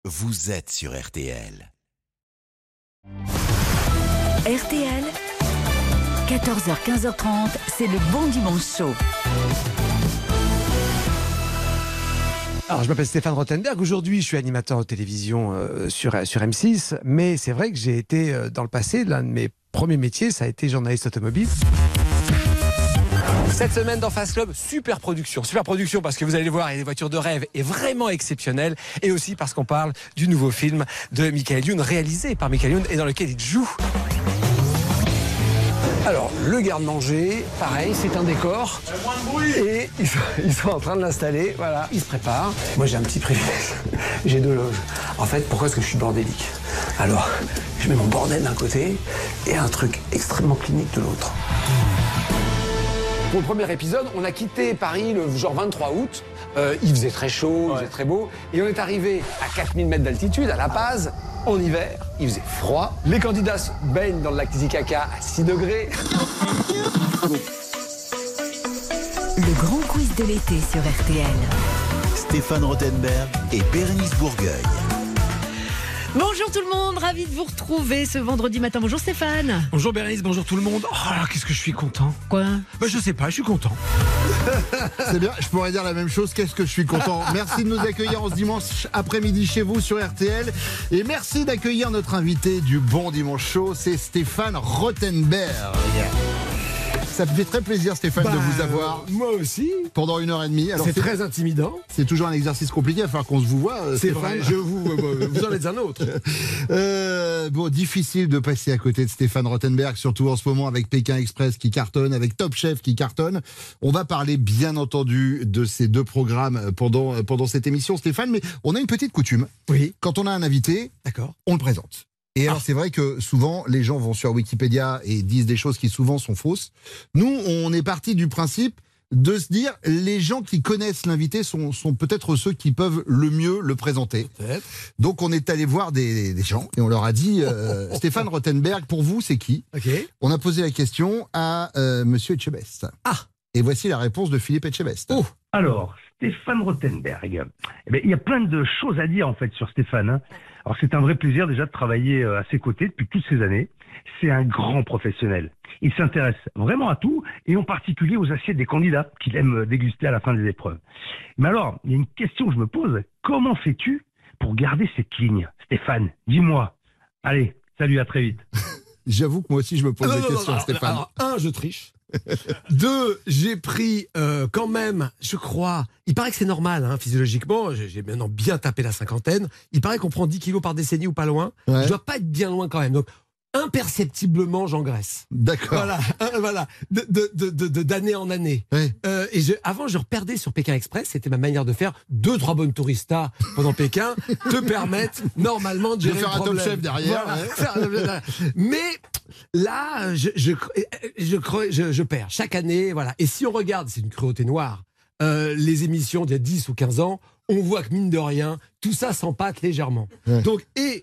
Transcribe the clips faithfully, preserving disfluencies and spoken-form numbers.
vous êtes sur R T L. R T L, quatorze heures quinze heures trente, c'est le Bon Dimanche Show. Alors, je m'appelle Stéphane Rothenberg. Aujourd'hui, je suis animateur de télévision euh, sur, sur M six. Mais c'est vrai que j'ai été, euh, dans le passé, l'un de mes premiers métiers, ça a été journaliste automobile. Cette semaine dans Fast Club, super production. Super production parce que vous allez le voir, il y a des voitures de rêve et vraiment exceptionnelles. Et aussi parce qu'on parle du nouveau film de Michael Youn, réalisé par Michael Youn et dans lequel il joue. Alors, le garde-manger, pareil, c'est un décor. Et ils sont, ils sont en train de l'installer, voilà, ils se préparent. Moi, j'ai un petit privilège, j'ai deux loges. En fait, pourquoi est-ce que je suis bordélique? Alors, je mets mon bordel d'un côté et un truc extrêmement clinique de l'autre. Pour le premier épisode, on a quitté Paris le genre vingt-trois août. Euh, il faisait très chaud, ouais. Il faisait très beau. Et on est arrivé à quatre mille mètres d'altitude, à La Paz, en hiver. Il faisait froid. Les candidats se baignent dans le lac Titicaca à six degrés. Le grand quiz de l'été sur R T L. Stéphane Rothenberg et Bérénice Bourgueil. Bonjour tout le monde, ravi de vous retrouver ce vendredi matin. Bonjour Stéphane. Bonjour Bérénice, bonjour tout le monde. Oh là, qu'est-ce que je suis content. Quoi? Bah je sais pas, je suis content. C'est bien, je pourrais dire la même chose, qu'est-ce que je suis content. Merci de nous accueillir en ce dimanche après-midi chez vous sur R T L. Et merci d'accueillir notre invité du Bon Dimanche Show, c'est Stéphane Rothenberg. Ça me fait très plaisir Stéphane bah, de vous avoir. Moi aussi. Pendant une heure et demie. Alors, c'est, c'est très intimidant. C'est toujours un exercice compliqué, il va falloir qu'on se vous voit. Euh, c'est Stéphane. vrai, je vous, euh, vous en êtes un autre. euh, bon, difficile de passer à côté de Stéphane Rothenberg, surtout en ce moment avec Pékin Express qui cartonne, avec Top Chef qui cartonne. On va parler bien entendu de ces deux programmes pendant, pendant cette émission Stéphane, mais on a une petite coutume. Oui. Quand on a un invité, d'accord, on le présente. Et alors, c'est vrai que souvent, les gens vont sur Wikipédia et disent des choses qui souvent sont fausses. Nous, on est parti du principe de se dire, les gens qui connaissent l'invité sont, sont peut-être ceux qui peuvent le mieux le présenter. Peut-être. Donc, on est allé voir des, des gens et on leur a dit, euh, Stéphane Rothenberg, pour vous, c'est qui? Okay. On a posé la question à euh, Monsieur Etchebest. Ah. Et voici la réponse de Philippe Etchebest. Oh. Alors, Stéphane Rothenberg. Eh bien, il y a plein de choses à dire, en fait, sur Stéphane. Hein. Alors, c'est un vrai plaisir, déjà, de travailler à ses côtés depuis toutes ces années. C'est un grand professionnel. Il s'intéresse vraiment à tout, et en particulier aux assiettes des candidats qu'il aime déguster à la fin des épreuves. Mais alors, il y a une question que je me pose. Comment fais-tu pour garder cette ligne? Stéphane, dis-moi. Allez, salut, à très vite. J'avoue que moi aussi, je me pose non, des non, questions, non, Stéphane. Alors, un, je triche. Deux, j'ai pris euh, quand même, je crois, il paraît que c'est normal, hein, physiologiquement, j'ai, j'ai maintenant bien tapé la cinquantaine, il paraît qu'on prend dix kilos par décennie ou pas loin, ouais. Je dois pas être bien loin quand même, donc imperceptiblement j'engraisse. D'accord. Voilà, euh, voilà, de, de, de, de, de, d'année en année. Ouais. Euh, et je, avant, je reperdais sur Pékin Express, c'était ma manière de faire deux, trois bonnes touristas pendant Pékin, te permettent normalement de gérer de faire le problème. un top chef derrière. Voilà, ouais. faire un top chef derrière. Mais là, je, je, je, je, je, je perds chaque année, voilà. Et si on regarde, c'est une cruauté noire, euh, les émissions d'il y a dix ou quinze ans, on voit que mine de rien, tout ça s'empâte légèrement. Ouais. Donc, et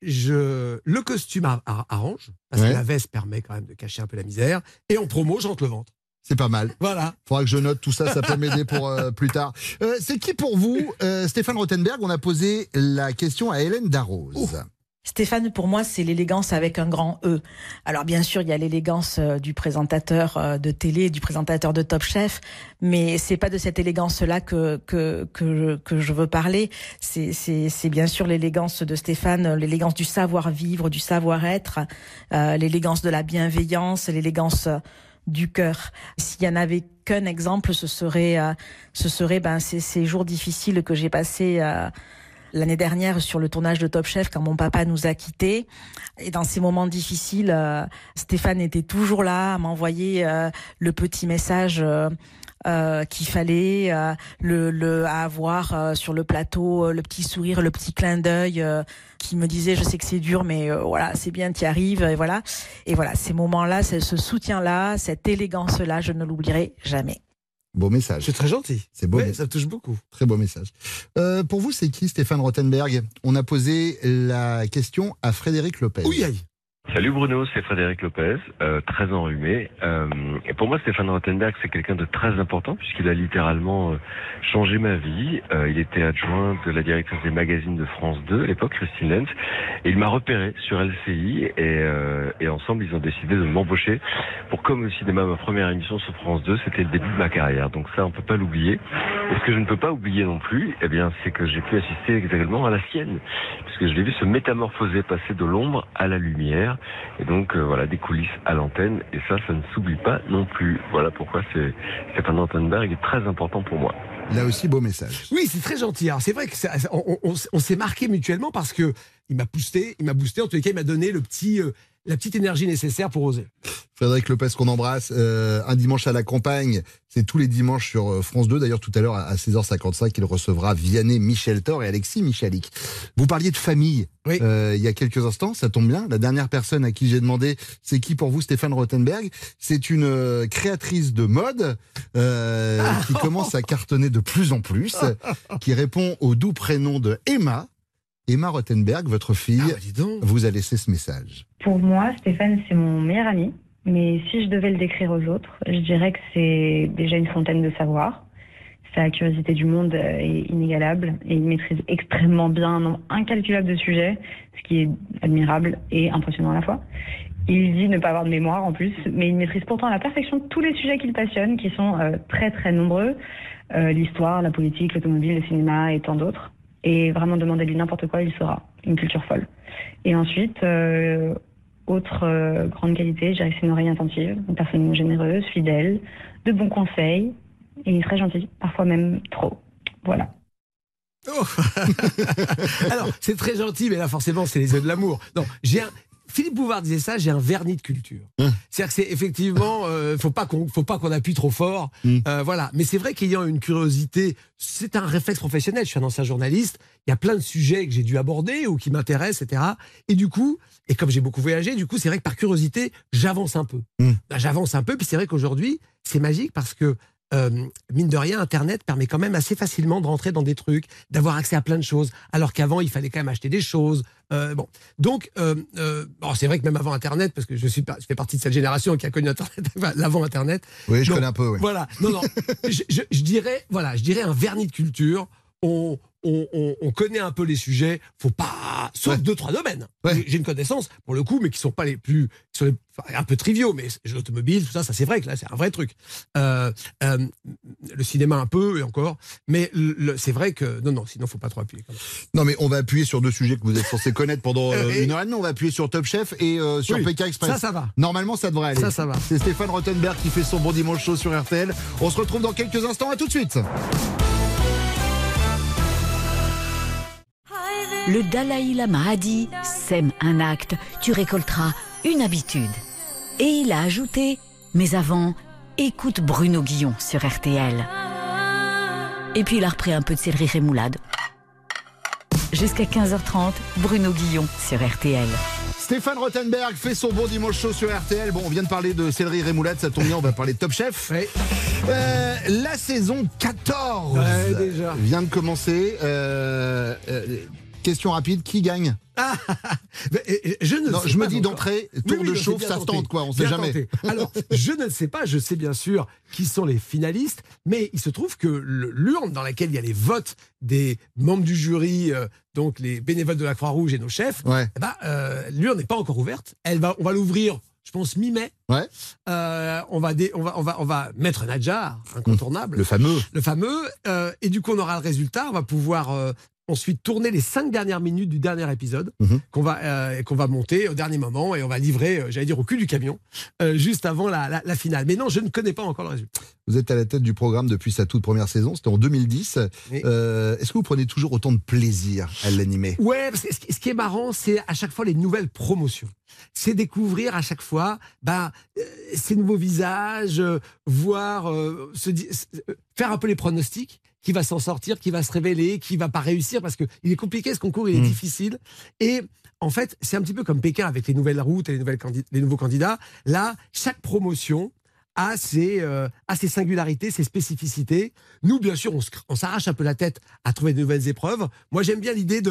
je, le costume a, a, arrange, parce ouais. que la veste permet quand même de cacher un peu la misère, et en promo, je rentre le ventre. C'est pas mal. Voilà. Faudra que je note tout ça, ça peut m'aider pour euh, plus tard. Euh, c'est qui pour vous, euh, Stéphane Rothenberg? On a posé la question à Hélène Darroze. Oh. Stéphane, pour moi, c'est l'élégance avec un grand E. Alors bien sûr, il y a l'élégance euh, du présentateur euh, de télé, du présentateur de Top Chef, mais c'est pas de cette élégance-là que que que, que je veux parler. C'est c'est c'est bien sûr l'élégance de Stéphane, l'élégance du savoir-vivre, du savoir-être, euh, l'élégance de la bienveillance, l'élégance euh, du cœur. S'il y en avait qu'un exemple, ce serait euh, ce serait ben ces ces jours difficiles que j'ai passés. Euh, L'année dernière, sur le tournage de Top Chef, quand mon papa nous a quittés, et dans ces moments difficiles, euh, Stéphane était toujours là à m'envoyer euh, le petit message euh, euh, qu'il fallait, euh, le, le à avoir euh, sur le plateau, euh, le petit sourire, le petit clin d'œil euh, qui me disait, je sais que c'est dur, mais euh, voilà, c'est bien, t'y arrives, et voilà. Et voilà, ces moments-là, ce soutien-là, cette élégance-là, je ne l'oublierai jamais. Beau message. C'est très gentil. C'est beau. Ouais, ça touche beaucoup. Très beau message. Euh, pour vous, c'est qui Stéphane Rothenberg? On a posé la question à Frédéric Lopez. Oui, aïe. Salut Bruno, c'est Frédéric Lopez, euh, très enrhumé. Euh, et pour moi, Stéphane Rothenberg, c'est quelqu'un de très important puisqu'il a littéralement euh, changé ma vie. Euh, il était adjoint de la directrice des magazines de France deux à l'époque, Christine Lenz, et il m'a repéré sur L C I et, euh, et ensemble, ils ont décidé de m'embaucher pour comme le cinéma, ma première émission sur France deux, c'était le début de ma carrière. Donc ça, on peut pas l'oublier. Et ce que je ne peux pas oublier non plus, eh bien, c'est que j'ai pu assister également à la sienne, puisque je l'ai vu se métamorphoser, passer de l'ombre à la lumière. Et donc, euh, voilà, des coulisses à l'antenne. Et ça, ça ne s'oublie pas non plus. Voilà pourquoi c'est, Stéphane Rothenberg est très important pour moi. Là aussi, beau message. Oui, c'est très gentil. Alors, c'est vrai que ça, on, on, on s'est marqué mutuellement parce que il m'a boosté, il m'a boosté. En tous les cas, il m'a donné le petit, euh, la petite énergie nécessaire pour oser. Frédéric Lopez qu'on embrasse, euh, un dimanche à la campagne, c'est tous les dimanches sur France deux. D'ailleurs, tout à l'heure à seize heures cinquante-cinq, il recevra Vianney Micheltor et Alexis Michalik. Vous parliez de famille oui. euh, il y a quelques instants, ça tombe bien. La dernière personne à qui j'ai demandé, c'est qui pour vous, Stéphane Rothenberg? C'est une euh, créatrice de mode euh, qui commence à cartonner de plus en plus, qui répond au doux prénom de Emma. Emma Rothenberg, votre fille, ah, bah, dis donc. vous a laissé ce message. Pour moi, Stéphane, c'est mon meilleur ami. Mais si je devais le décrire aux autres, je dirais que c'est déjà une fontaine de savoir. Sa curiosité du monde est inégalable et il maîtrise extrêmement bien un nombre incalculable de sujets, ce qui est admirable et impressionnant à la fois. Il dit ne pas avoir de mémoire en plus, mais il maîtrise pourtant à la perfection tous les sujets qui le passionnent, qui sont euh, très très nombreux. Euh, l'histoire, la politique, l'automobile, le cinéma et tant d'autres. Et vraiment demander-lui n'importe quoi, il saura. Une culture folle. Et ensuite, euh, autre euh, grande qualité, je dirais que c'est une oreille attentive, une personne généreuse, fidèle, de bons conseils, et très gentil, parfois même trop. Voilà. Oh. Alors, c'est très gentil, mais là, forcément, c'est les œufs de l'amour. Non, j'ai un... Philippe Bouvard disait ça, j'ai un vernis de culture. Mmh. C'est-à-dire que c'est effectivement, euh, faut pas qu'on, faut pas qu'on appuie trop fort, mmh. euh, voilà. Mais c'est vrai qu'ayant une curiosité, c'est un réflexe professionnel. Je suis un ancien journaliste, il y a plein de sujets que j'ai dû aborder ou qui m'intéressent, et cetera. Et du coup, et comme j'ai beaucoup voyagé, du coup, c'est vrai que par curiosité, j'avance un peu. Mmh. Ben, j'avance un peu, puis c'est vrai qu'aujourd'hui, c'est magique parce que Euh, mine de rien, Internet permet quand même assez facilement de rentrer dans des trucs, d'avoir accès à plein de choses, alors qu'avant, il fallait quand même acheter des choses. Euh, bon. Donc, euh, euh, bon, c'est vrai que même avant Internet, parce que je, suis, je fais partie de cette génération qui a connu Internet, l'avant-Internet. Oui, je donc, connais un peu, oui. Voilà. Non, non. je, je, je, dirais, voilà, je dirais un vernis de culture. On, on, on, on connaît un peu les sujets, faut pas, sauf ouais. deux trois domaines. Ouais. J'ai une connaissance pour le coup, mais qui sont pas les plus, qui sont les, enfin, un peu triviaux. Mais l'automobile, tout ça, ça c'est vrai que là c'est un vrai truc. Euh, euh, le cinéma un peu et encore, mais le, c'est vrai que non non, sinon faut pas trop appuyer. Quand même. Non mais on va appuyer sur deux sujets que vous êtes censés connaître pendant euh, et... une heure et demie. On va appuyer sur Top Chef et euh, sur oui, Pékin Express. Ça ça va. Normalement ça devrait aller. Ça ça va. C'est Stéphane Rothenberg qui fait son bon dimanche chaud sur R T L. On se retrouve dans quelques instants. À tout de suite. Le Dalai Lama a dit « Sème un acte, tu récolteras une habitude ». Et il a ajouté « Mais avant, écoute Bruno Guillon sur R T L ». Et puis il a repris un peu de céleri rémoulade. Jusqu'à quinze heures trente, Bruno Guillon sur R T L. Stéphane Rothenberg fait son bon dimanche chaud sur R T L. Bon, on vient de parler de céleri rémoulade, ça tombe bien, on va parler de Top Chef. Oui. Euh, la saison quatorze ouais, déjà. vient de commencer. Euh, euh, Question rapide, qui gagne? Ah, je ne non, sais je pas me dis d'entrée, tour oui, oui, de chauffe, ça se tente, quoi, on ne sait jamais. Tenté. Alors, je ne sais pas, je sais bien sûr qui sont les finalistes, mais il se trouve que l'urne dans laquelle il y a les votes des membres du jury, euh, donc les bénévoles de la Croix-Rouge et nos chefs, ouais. eh ben, euh, l'urne n'est pas encore ouverte. Elle va, on va l'ouvrir, je pense, mi-mai. Ouais. Euh, on, va dé, on, va, on, va, on va mettre Nadjar, incontournable. Le fameux. Le fameux. Euh, et du coup, on aura le résultat, on va pouvoir... Euh, ensuite tourner les cinq dernières minutes du dernier épisode mmh. qu'on va euh, qu'on va monter au dernier moment et on va livrer, euh, j'allais dire au cul du camion, euh, juste avant la, la, la finale. Mais non, je ne connais pas encore le résultat. Vous êtes à la tête du programme depuis sa toute première saison, c'était en deux mille dix. Oui. Euh, est-ce que vous prenez toujours autant de plaisir à l'animer? Ouais, parce que ce qui est marrant, c'est à chaque fois les nouvelles promotions. C'est découvrir à chaque fois bah, euh, ces nouveaux visages, euh, voir, euh, se, euh, faire un peu les pronostics. Qui va s'en sortir, qui va se révéler, qui va pas réussir, parce qu'il est compliqué ce concours, il est mmh. difficile. Et en fait, c'est un petit peu comme Pékin avec les nouvelles routes et les, nouvelles candid- les nouveaux candidats. Là, chaque promotion a ses, euh, a ses singularités, ses spécificités. Nous, bien sûr, on, se, on s'arrache un peu la tête à trouver de nouvelles épreuves. Moi, j'aime bien l'idée de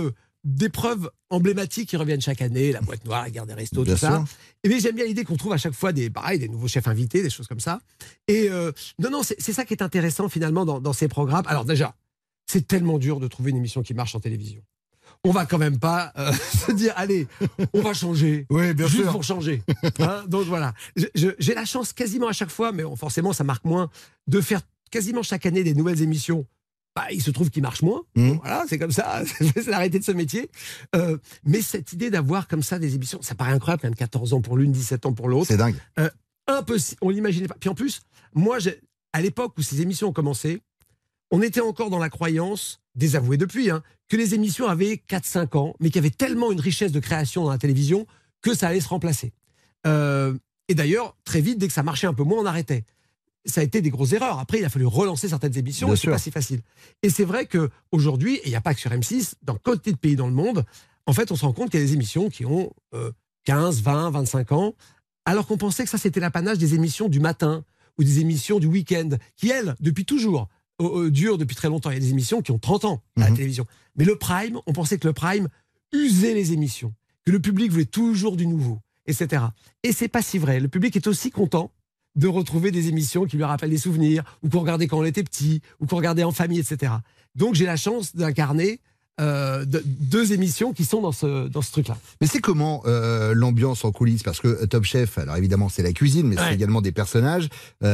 d'épreuves emblématiques qui reviennent chaque année, la boîte noire, la guerre des restos, Bien tout sûr. ça. Et bien, j'aime bien l'idée qu'on trouve à chaque fois des, pareil, des nouveaux chefs invités, des choses comme ça. Et euh, non, non, c'est, c'est ça qui est intéressant finalement dans, dans ces programmes. Alors déjà, c'est tellement dur de trouver une émission qui marche en télévision. On va quand même pas euh, se dire, allez, on va changer. Oui, bien juste sûr. pour changer. Hein, donc voilà. Je, je, j'ai la chance quasiment à chaque fois, mais bon, forcément ça marque moins, de faire quasiment chaque année des nouvelles émissions. Bah, il se trouve qu'ils marchent moins. Mmh. Bon, voilà, c'est comme ça. C'est la réalité de ce métier. Euh, mais cette idée d'avoir comme ça des émissions, ça paraît incroyable, quand même quatorze ans pour l'une, dix-sept ans pour l'autre. C'est dingue. Euh, impossible. On l'imaginait pas. Puis en plus, moi, j'ai, à l'époque où ces émissions ont commencé, on était encore dans la croyance, désavouée depuis, hein, que les émissions avaient quatre cinq ans, mais qu'il y avait tellement une richesse de création dans la télévision que ça allait se remplacer. Euh, et d'ailleurs, très vite, dès que ça marchait un peu moins, on arrêtait. Ça a été des grosses erreurs. Après, il a fallu relancer certaines émissions, Bien et c'est sûr. pas si facile. Et c'est vrai qu'aujourd'hui, et il n'y a pas que sur M six, dans quantité de pays dans le monde, en fait, on se rend compte qu'il y a des émissions qui ont euh, quinze, vingt, vingt-cinq ans, alors qu'on pensait que ça, c'était l'apanage des émissions du matin ou des émissions du week-end, qui, elles, depuis toujours, euh, euh, durent depuis très longtemps. Il y a des émissions qui ont trente ans à la Mhm. télévision. Mais le prime, on pensait que le prime usait les émissions, que le public voulait toujours du nouveau, et cetera. Et c'est pas si vrai. Le public est aussi content de retrouver des émissions qui lui rappellent des souvenirs, ou qu'on regardait quand on était petit, ou qu'on regardait en famille, et cetera. Donc j'ai la chance d'incarner euh, de, deux émissions qui sont dans ce, dans ce truc-là. Mais c'est comment euh, l'ambiance en coulisses? Parce que Top Chef, alors évidemment c'est la cuisine, mais Ouais. c'est également des personnages,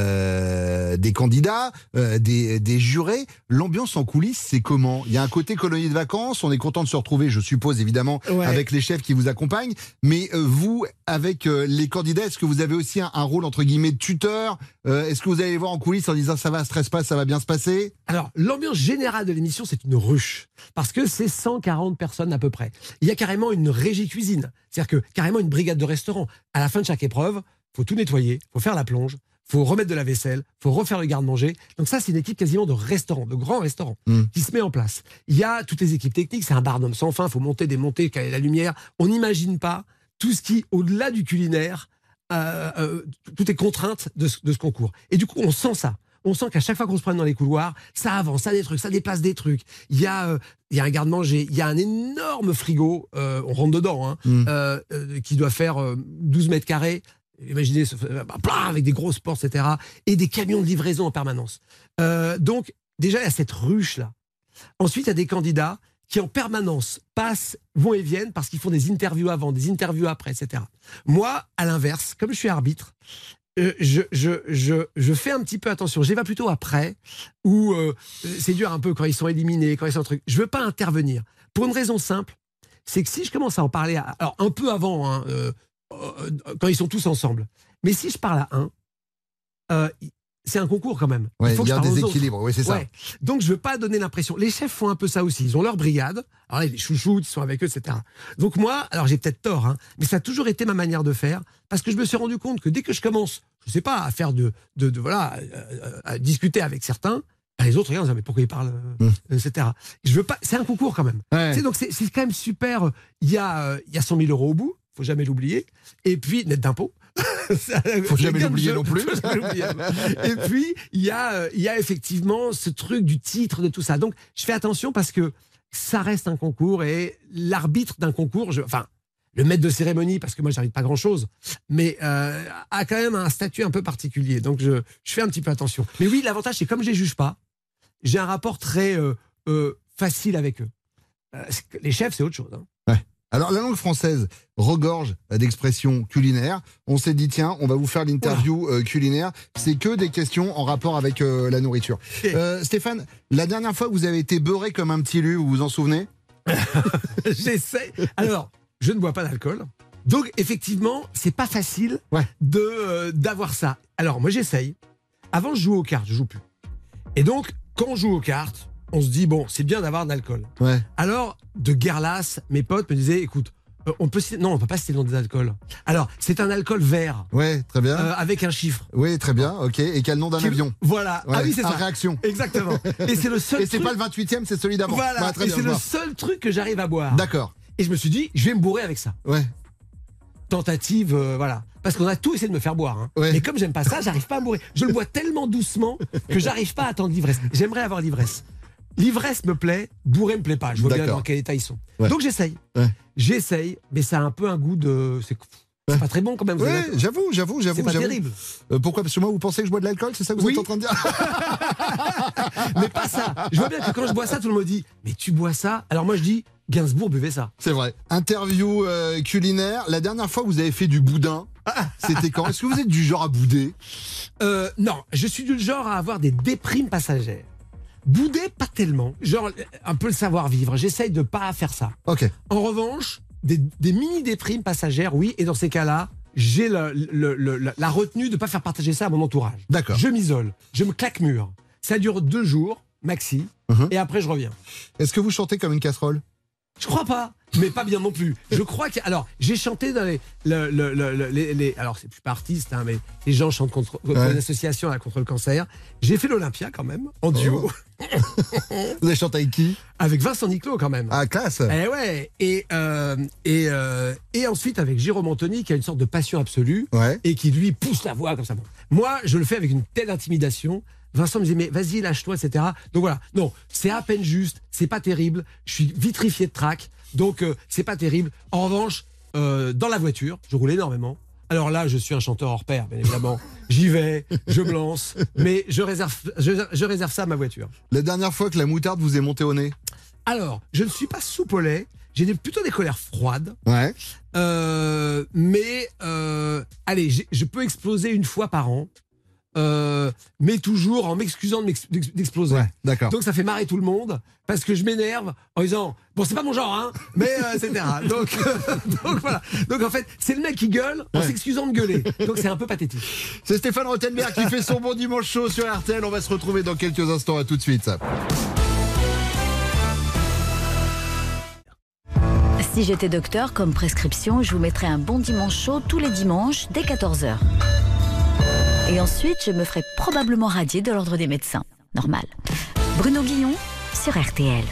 euh, des candidats, euh, des, des jurés. L'ambiance en coulisses, c'est comment? Il y a un côté colonie de vacances, on est content de se retrouver, je suppose évidemment, Ouais. avec les chefs qui vous accompagnent. Mais euh, vous, avec euh, les candidats, est-ce que vous avez aussi un, un rôle entre guillemets de tuteur? euh, Est-ce que vous allez les voir en coulisses en disant ça va, stresse pas, ça va bien se passer? Alors, l'ambiance générale de l'émission, c'est une ruche. Parce que c'est cent quarante personnes à peu près. Il y a carrément une régie cuisine. C'est-à-dire que carrément une brigade de restaurant. À la fin de chaque épreuve, faut tout nettoyer, faut faire la plonge, faut remettre de la vaisselle, faut refaire le garde-manger. Donc ça, c'est une équipe quasiment de restaurants, de grands restaurants, Mm. qui se met en place. Il y a toutes les équipes techniques, c'est un barnum sans fin, faut monter, démonter, caler la lumière. On n'imagine pas tout ce qui, au-delà du culinaire, euh, euh, tout est contrainte de ce, de ce concours. Et du coup, on sent ça. On sent qu'à chaque fois qu'on se promène dans les couloirs, ça avance, ça a des trucs, ça déplace des trucs. Il y a, euh, il y a un garde-manger, il y a un énorme frigo, euh, on rentre dedans, hein, Mm. euh, euh, qui doit faire euh, douze mètres carrés. Imaginez, ce- euh, bah, plein, avec des grosses portes, et cetera. Et des camions de livraison en permanence. Euh, donc, déjà, il y a cette ruche-là. Ensuite, il y a des candidats qui, en permanence, passent, vont et viennent parce qu'ils font des interviews avant, des interviews après, et cetera. Moi, à l'inverse, comme je suis arbitre, euh, je, je, je, je fais un petit peu attention. J'y vais plutôt après, où euh, c'est dur un peu quand ils sont éliminés, quand ils sont trucs. Je veux pas intervenir. Pour une raison simple, c'est que si je commence à en parler, à- alors un peu avant, hein, euh, euh, quand ils sont tous ensemble, mais si je parle à un, euh, c'est un concours quand même. Ouais, il faut il que y je a un parle aux autres. déséquilibre, oui, c'est ça. Ouais. Donc je veux pas donner l'impression. Les chefs font un peu ça aussi. Ils ont leur brigade. Alors là, les chouchoutes, ils sont avec eux, et cetera. Donc moi, alors j'ai peut-être tort, hein, mais ça a toujours été ma manière de faire, parce que je me suis rendu compte que dès que je commence, je sais pas, à faire de, de, de voilà, euh, à discuter avec certains, bah, les autres regardent, ils disent, mais pourquoi ils parlent, euh, Mm. et cetera. Je veux pas. C'est un concours quand même. Ouais. Tu sais, donc c'est c'est quand même super. Il y a, euh, il y a cent mille euros au bout. Faut jamais l'oublier. Et puis net d'impôts. Faut jamais l'oublier non plus. Faut jamais l'oublier. Et puis il y a, euh, il y a effectivement ce truc du titre, de tout ça. Donc je fais attention parce que ça reste un concours et l'arbitre d'un concours, je, enfin le maître de cérémonie, parce que moi j'arbitre pas grand chose, mais euh, a quand même un statut un peu particulier. Donc je, je fais un petit peu attention. Mais oui, l'avantage c'est comme je les juge pas, j'ai un rapport très euh, euh, facile avec eux. Euh, c'est que les chefs c'est autre chose. Hein. Alors, la langue française regorge d'expressions culinaires. On s'est dit, tiens, on va vous faire l'interview euh, culinaire. C'est que des questions en rapport avec euh, la nourriture. Euh, Stéphane, la dernière fois que vous avez été beurré comme un petit lu, vous vous en souvenez? J'essaie. Alors, je ne bois pas d'alcool. Donc, effectivement, c'est pas facile Ouais. de euh, d'avoir ça. Alors, moi, j'essaye. Avant, je jouais aux cartes, je joue plus. Et donc, quand on joue aux cartes, on se dit, bon, c'est bien d'avoir de l'alcool. Ouais. Alors, de guerre lasse, mes potes me disaient, écoute, euh, on peut citer- non, on peut pas citer le nom des alcools. Alors, c'est un alcool vert, Ouais, très bien. euh, avec un chiffre. Oui, très bien, ok. Et quel nom d'un Qui- avion? Voilà. Ouais, Ah oui, c'est à ça. réaction. Exactement. Et c'est le seul Et c'est truc... pas le vingt-huitième, c'est celui d'avant. Voilà. Ouais, très Et bien, c'est je le vois. seul truc que j'arrive à boire. D'accord. Et je me suis dit, je vais me bourrer avec ça. Ouais. Tentative, euh, voilà. Parce qu'on a tout essayé de me faire boire. Hein. Ouais. Mais comme j'aime pas ça, j'arrive pas à me bourrer. Je le bois tellement doucement que j'arrive pas à attendre l'ivresse. J'aimerais avoir l'ivresse. l'ivresse me plaît, bourré me plaît pas. Je vois bien D'accord. dans quel état ils sont. Ouais. Donc j'essaye. Ouais. J'essaye, mais ça a un peu un goût de. C'est c'est Ouais. pas très bon quand même. vous Oui, êtes d'accord j'avoue, j'avoue, j'avoue. C'est pas j'avoue. terrible. Euh, pourquoi? Parce que moi, vous pensez que je bois de l'alcool, c'est ça que vous Oui. êtes en train de dire? Mais pas ça. Je vois bien que quand je bois ça, tout le monde me dit mais tu bois ça? Alors moi je dis Gainsbourg buvait ça. C'est vrai. Interview euh, culinaire. La dernière fois que vous avez fait du boudin, c'était quand? Est-ce que vous êtes du genre à bouder? Euh, non, je suis du genre à avoir des déprimes passagères. Bouder, pas tellement. Genre un peu le savoir-vivre. J'essaye de pas faire ça. Ok. En revanche, des, des mini-déprimes passagères, oui. Et dans ces cas-là, j'ai le- le- le- la, la retenue de ne pas faire partager ça à mon entourage. D'accord. Je m'isole. Je me claque mur. Ça dure deux jours, maxi. Mhm. Et après, je reviens. Est-ce que vous chantez comme une casserole? Je crois pas, mais pas bien non plus. Je crois que. Alors, j'ai chanté dans les. le- le- le- le- les, les- alors, c'est plus pas artiste, hein, mais les gens chantent contre, contre Ouais. une association là, contre le cancer. J'ai fait l'Olympia quand même, en duo, Vous avez chanté avec qui? avec Vincent Niclot quand même. Ah, classe. Eh ouais, et, euh, et, euh, et ensuite avec Jérôme Anthony qui a une sorte de passion absolue Ouais. et qui lui pousse la voix comme ça. Bon. Moi, je le fais avec une telle intimidation. Vincent me disait, mais vas-y, lâche-toi, et cetera. Donc voilà, non, c'est à peine juste, c'est pas terrible. Je suis vitrifié de trac, donc euh, c'est pas terrible. En revanche, euh, dans la voiture, je roule énormément. Alors là, je suis un chanteur hors pair, bien évidemment. J'y vais, je me lance, mais je réserve, je, je réserve ça à ma voiture. La dernière fois que la moutarde vous est montée au nez? Alors, je ne suis pas soupe au lait, j'ai des- plutôt des colères froides. Ouais. Euh, mais euh, allez, j'ai- je peux exploser une fois par an, euh, mais toujours en m'excusant de m'ex- d'ex- d'exploser. Ouais, d'accord. Donc ça fait marrer tout le monde parce que je m'énerve en disant bon c'est pas mon genre hein, mais euh, et cetera. Donc donc voilà. Donc en fait c'est le mec qui gueule en Ouais. s'excusant de gueuler. Donc c'est un peu pathétique. C'est Stéphane Rothenberg qui fait son bon dimanche chaud sur R T L. On va se retrouver dans quelques instants. À tout de suite. Si j'étais docteur, comme prescription, je vous mettrais un bon dimanche chaud tous les dimanches dès quatorze heures. Et ensuite, je me ferais probablement radier de l'ordre des médecins. Normal. Bruno Guillon sur R T L.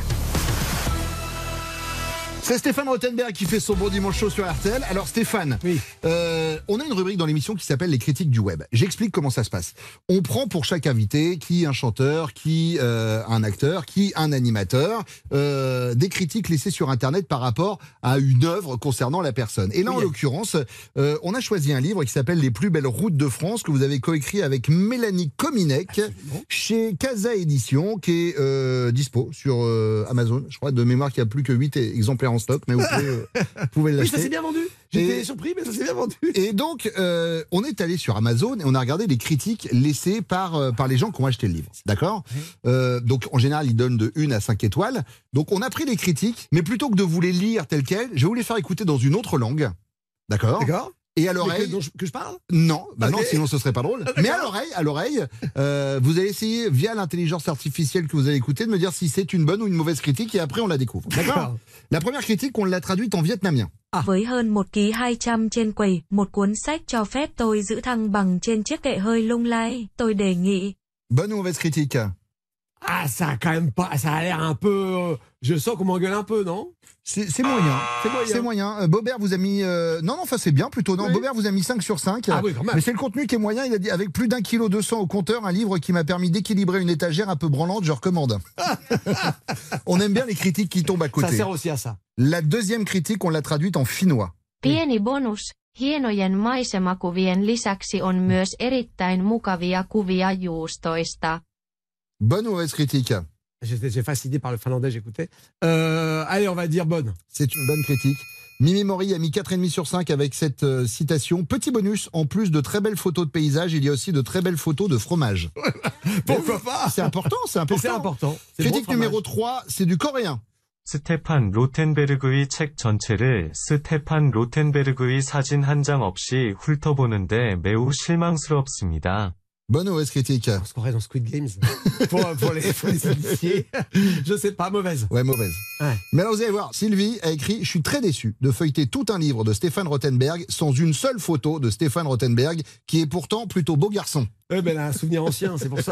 C'est Stéphane Rothenberg qui fait son bon dimanche chaud sur R T L. Alors Stéphane, Oui. euh, on a une rubrique dans l'émission qui s'appelle les critiques du web. J'explique comment ça se passe. On prend pour chaque invité, qui un chanteur, qui euh, un acteur, qui un animateur, euh, des critiques laissées sur Internet par rapport à une œuvre concernant la personne. Et là, Oui. en l'occurrence, euh, on a choisi un livre qui s'appelle Les plus belles routes de France, que vous avez coécrit avec Mélanie Kominek, Absolument. chez Casa Édition, qui est euh, dispo sur euh, Amazon. Je crois de mémoire qu'il n'y a plus que huit exemplaires en stock, mais vous pouvez, euh, vous pouvez Oui, ça l'acheter. s'est bien vendu. J'étais Et- surpris, mais ça s'est bien vendu. Et donc, euh, on est allé sur Amazon et on a regardé les critiques laissées par, euh, par les gens qui ont acheté le livre. D'accord euh, Donc, en général, ils donnent de une à cinq étoiles. Donc, on a pris les critiques, mais plutôt que de vous les lire telles quelles, je vais vous les faire écouter dans une autre langue. D'accord D'accord. Et à Mais l'oreille. que, dont je- que je parle. Non, bah Ok. non, sinon ce serait pas drôle. D'accord. Mais à l'oreille, à l'oreille, euh, vous allez essayer via l'intelligence artificielle que vous allez écouter de me dire si c'est une bonne ou une mauvaise critique et après on la découvre. D'accord La première critique, on l'a traduite en vietnamien. Với hơn một ký hai trăm trên quầy, một cuốn sách cho phép tôi giữ thăng bằng trên chiếc kệ hơi lung lay. Tôi đề nghị. Bonne ou mauvaise critique? Ah, ça a quand même pas. Ça a l'air un peu. euh, je sens qu'on m'engueule un peu, non? C'est c'est moyen. C'est moyen. C'est moyen. Euh, Bobert vous a mis... euh, Non, non, enfin c'est bien plutôt. Non, Oui. Bobert vous a mis cinq sur cinq. Ah oui, quand même. Mais c'est le contenu qui est moyen. Il a dit avec plus d'un kilo deux cents au compteur, un livre qui m'a permis d'équilibrer une étagère un peu branlante, je recommande. On aime bien les critiques qui tombent à Ça côté. sert aussi à ça. La deuxième critique, on l'a traduite en finnois. Pieni bonus. Hienojen maisemakuvien lisäksi on myös erittäin mukavia kuvia juustoista. Bonne ou mauvaise critique? J'étais j'ai fasciné par le finlandais, j'écoutais. Euh, allez, on va dire bonne. C'est une bonne critique. Mimi Mori a mis quatre virgule cinq sur cinq avec cette euh, citation. Petit bonus, en plus de très belles photos de paysages, il y a aussi de très belles photos de fromage. Pourquoi pas? C'est important, c'est Mais important. c'est important. C'est Critique bon, numéro fromage. trois, c'est du coréen. 스테판 로텐베르그의 책 전체를 스테판 로텐베르그의 사진 한 장 없이 훑어보는데 매우 실망스럽습니다. Bonne ou mauvaise critique? On se croirait dans Squid Games. pour, pour, les, pour les initiés. Je sais pas, mauvaise. Ouais, mauvaise. Ouais. Mais alors vous allez voir, Sylvie a écrit « Je suis très déçu de feuilleter tout un livre de Stéphane Rothenberg sans une seule photo de Stéphane Rothenberg, qui est pourtant plutôt beau garçon. Ouais, ben, elle a un souvenir ancien, c'est pour ça. »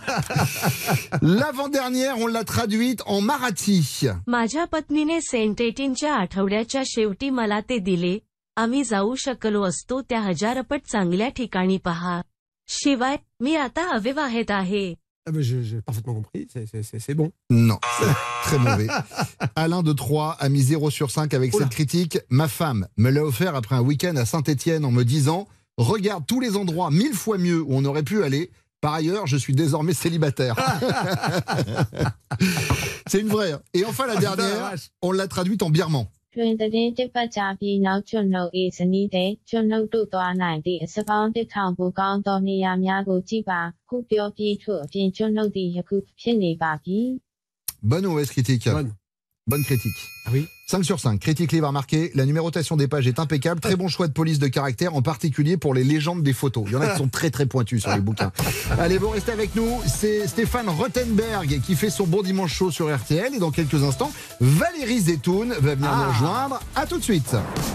L'avant-dernière, on l'a traduite en marathi. माझ्या पत्नीने सेंट एटीनच्या आठवड्याच्या शेवटी मला ते दिले. आम्ही जाऊ शकलो असतो त्या हजारपट चांगल्या ठिकाणी पहा. शिवाय, मी आता अविवाहित आहे. Ah ben je- j'ai parfaitement compris, c'est- c'est c'est- c'est bon. Non, très mauvais. Alain de Troyes a mis zéro sur cinq avec Oula. cette critique. Ma femme me l'a offert après un week-end à Saint-Étienne en me disant « Regarde tous les endroits mille fois mieux où on aurait pu aller. Par ailleurs, je suis désormais célibataire. » C'est une vraie. hein. Et enfin la Ah, putain, la dernière, vache. on l'a traduite en birman. တွင်တဲ့တဲ့ပတ်ကြပြီးနောက်ကျွန်းတို့၏ဇနီးတဲ့ကျွန်းတို့တို့သွားနိုင်သည့်စပောင်းတစ်ထောင်ကိုကောင်းသောနေရာများကိုကြည့်ပါခုပြောပြီးထို့အပြင်ကျွန်းတို့သည်ယခုဖြစ်နေပါပြီ Bonne ou mauvaise critique? Bonne. Bonne critique. Ah oui. cinq sur cinq. Critique livre a marqué. La numérotation des pages est impeccable. Très bon choix de police de caractère, en particulier pour les légendes des photos. Il y en a qui sont très très pointus sur les bouquins. Allez, bon, restez avec nous. C'est Stéphane Rothenberg qui fait son bon dimanche chaud sur R T L. Et dans quelques instants, Valérie Zetoun va venir Ah. nous rejoindre. À tout de suite.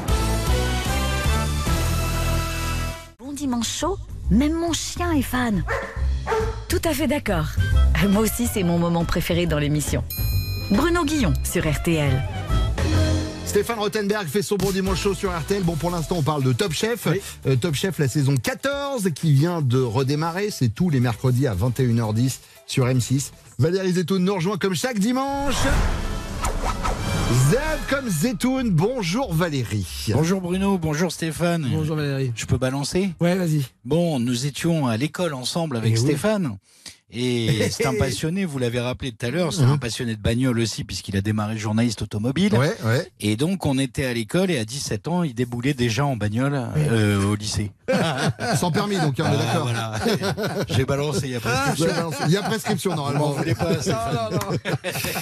Bon dimanche chaud, même mon chien est fan. Tout à fait d'accord. Moi aussi, c'est mon moment préféré dans l'émission. Bruno Guillon sur R T L. Stéphane Rothenberg fait son bon dimanche chaud sur R T L. Bon, pour l'instant, on parle de Top Chef. Oui. Euh, Top Chef, la saison quatorze qui vient de redémarrer. C'est tous les mercredis à vingt et une heures dix sur M six. Valérie Zetoun nous rejoint comme chaque dimanche. Z comme Zetoun. Bonjour Valérie. Bonjour Bruno, bonjour Stéphane. Bonjour Valérie. Je peux balancer? Ouais, vas-y. Bon, nous étions à l'école ensemble avec Eh oui. Stéphane. Et c'est un passionné, vous l'avez rappelé tout à l'heure, c'est un passionné de bagnole aussi, puisqu'il a démarré journaliste automobile. Ouais, ouais. Et donc, on était à l'école et à dix-sept ans, il déboulait déjà en bagnole euh, au lycée. Sans permis, donc, hein, on est Ah, d'accord. voilà. J'ai balancé, il y a prescription. Il y a prescription Vous m'en normalement. voulez pas, Stéphane. Non, non, non.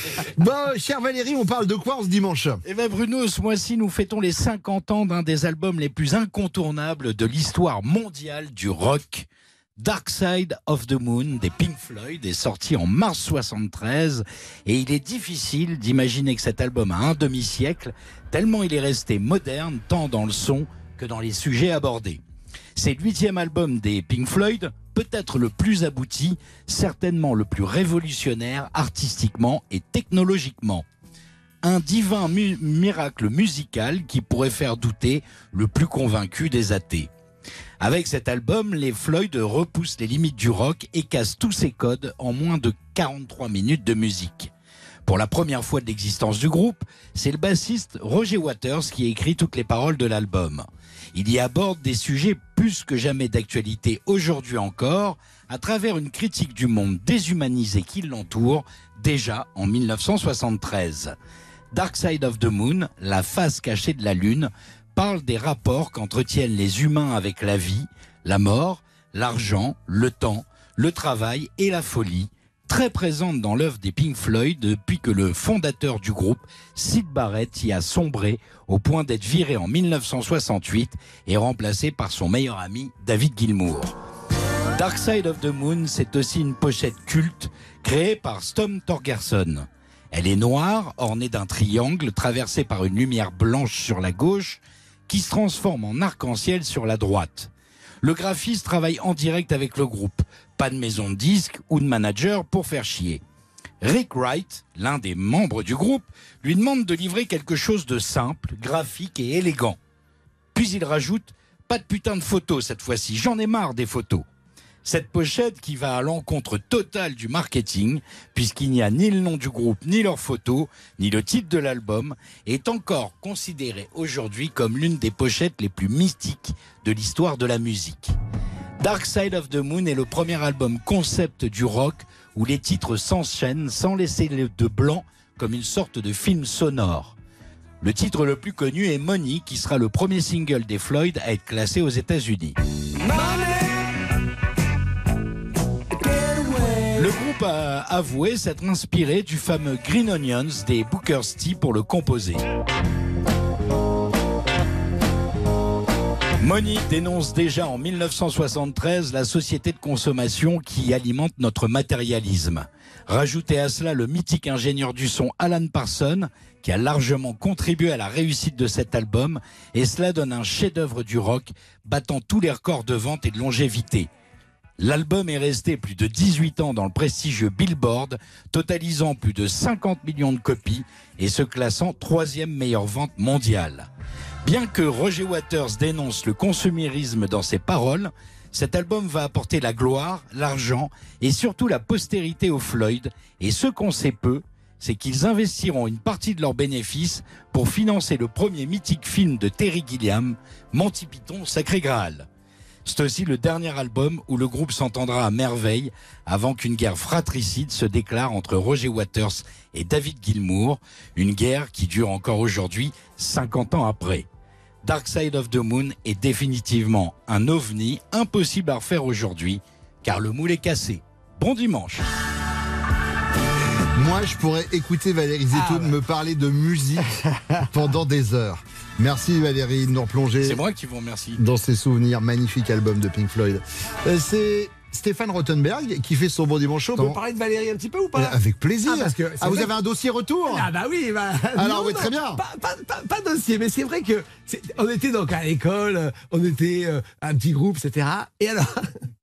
Bon, chère Valérie, on parle de quoi en ce dimanche? Eh bien Bruno, ce mois-ci, nous fêtons les cinquante ans d'un des albums les plus incontournables de l'histoire mondiale du rock. Dark Side of the Moon des Pink Floyd est sorti en mars soixante-treize et il est difficile d'imaginer que cet album a un demi-siècle tellement il est resté moderne tant dans le son que dans les sujets abordés. C'est le huitième album des Pink Floyd, peut-être le plus abouti, certainement le plus révolutionnaire artistiquement et technologiquement. Un divin mu- miracle musical qui pourrait faire douter le plus convaincu des athées. Avec cet album, les Floyd repoussent les limites du rock et cassent tous ses codes en moins de quarante-trois minutes de musique. Pour la première fois de l'existence du groupe, c'est le bassiste Roger Waters qui écrit toutes les paroles de l'album. Il y aborde des sujets plus que jamais d'actualité aujourd'hui encore, à travers une critique du monde déshumanisé qui l'entoure, déjà en mille neuf cent soixante-treize. Dark Side of the Moon, la face cachée de la Lune, parle des rapports qu'entretiennent les humains avec la vie, la mort, l'argent, le temps, le travail et la folie, très présente dans l'œuvre des Pink Floyd depuis que le fondateur du groupe, Syd Barrett, y a sombré au point d'être viré en mille neuf cent soixante-huit et remplacé par son meilleur ami David Gilmour. Dark Side of the Moon, c'est aussi une pochette culte créée par Stom Thorgerson. Elle est noire, ornée d'un triangle traversé par une lumière blanche sur la gauche qui se transforme en arc-en-ciel sur la droite. Le graphiste travaille en direct avec le groupe. Pas de maison de disques ou de manager pour faire chier. Rick Wright, l'un des membres du groupe, lui demande de livrer quelque chose de simple, graphique et élégant. Puis il rajoute « Pas de putain de photos cette fois-ci, j'en ai marre des photos ». Cette pochette qui va à l'encontre totale du marketing, puisqu'il n'y a ni le nom du groupe, ni leurs photos, ni le titre de l'album, est encore considérée aujourd'hui comme l'une des pochettes les plus mystiques de l'histoire de la musique. Dark Side of the Moon est le premier album concept du rock où les titres s'enchaînent sans laisser de blanc comme une sorte de film sonore. Le titre le plus connu est Money, qui sera le premier single des Floyd à être classé aux États-Unis. Le groupe a avoué s'être inspiré du fameux Green Onions des Booker T pour le composer. Money dénonce déjà en mille neuf cent soixante-treize la société de consommation qui alimente notre matérialisme. Rajoutez à cela le mythique ingénieur du son Alan Parsons, qui a largement contribué à la réussite de cet album, et cela donne un chef-d'œuvre du rock battant tous les records de vente et de longévité. L'album est resté plus de dix-huit ans dans le prestigieux Billboard, totalisant plus de cinquante millions de copies et se classant troisième meilleure vente mondiale. Bien que Roger Waters dénonce le consumérisme dans ses paroles, Cet album va apporter la gloire, l'argent et surtout la postérité aux Floyd. Et ce qu'on sait peu, c'est qu'ils investiront une partie de leurs bénéfices pour financer le premier mythique film de Terry Gilliam, Monty Python Sacré Graal. C'est aussi le dernier album où le groupe s'entendra à merveille avant qu'une guerre fratricide se déclare entre Roger Waters et David Gilmour, une guerre qui dure encore aujourd'hui, cinquante ans après. Dark Side of the Moon est définitivement un ovni impossible à refaire aujourd'hui, car le moule est cassé. Bon dimanche. Moi, je pourrais écouter Valérie Zetoun ah, ouais. me parler de musique pendant des heures. Merci Valérie de nous replonger. C'est moi qui vous remercie. Dans ces souvenirs, magnifique album de Pink Floyd. Euh, c'est Stéphane Rothenberg qui fait son Bon Dimanche Show. On peut parler de Valérie un petit peu ou pas? Avec plaisir. Ah, parce que ah vous avez un dossier retour? Ah bah oui. Bah, Alors non, oui, non, très bien. Pas, pas, pas, pas dossier, mais c'est vrai que on était donc à l'école, on était euh, un petit groupe, et cetera. Et alors,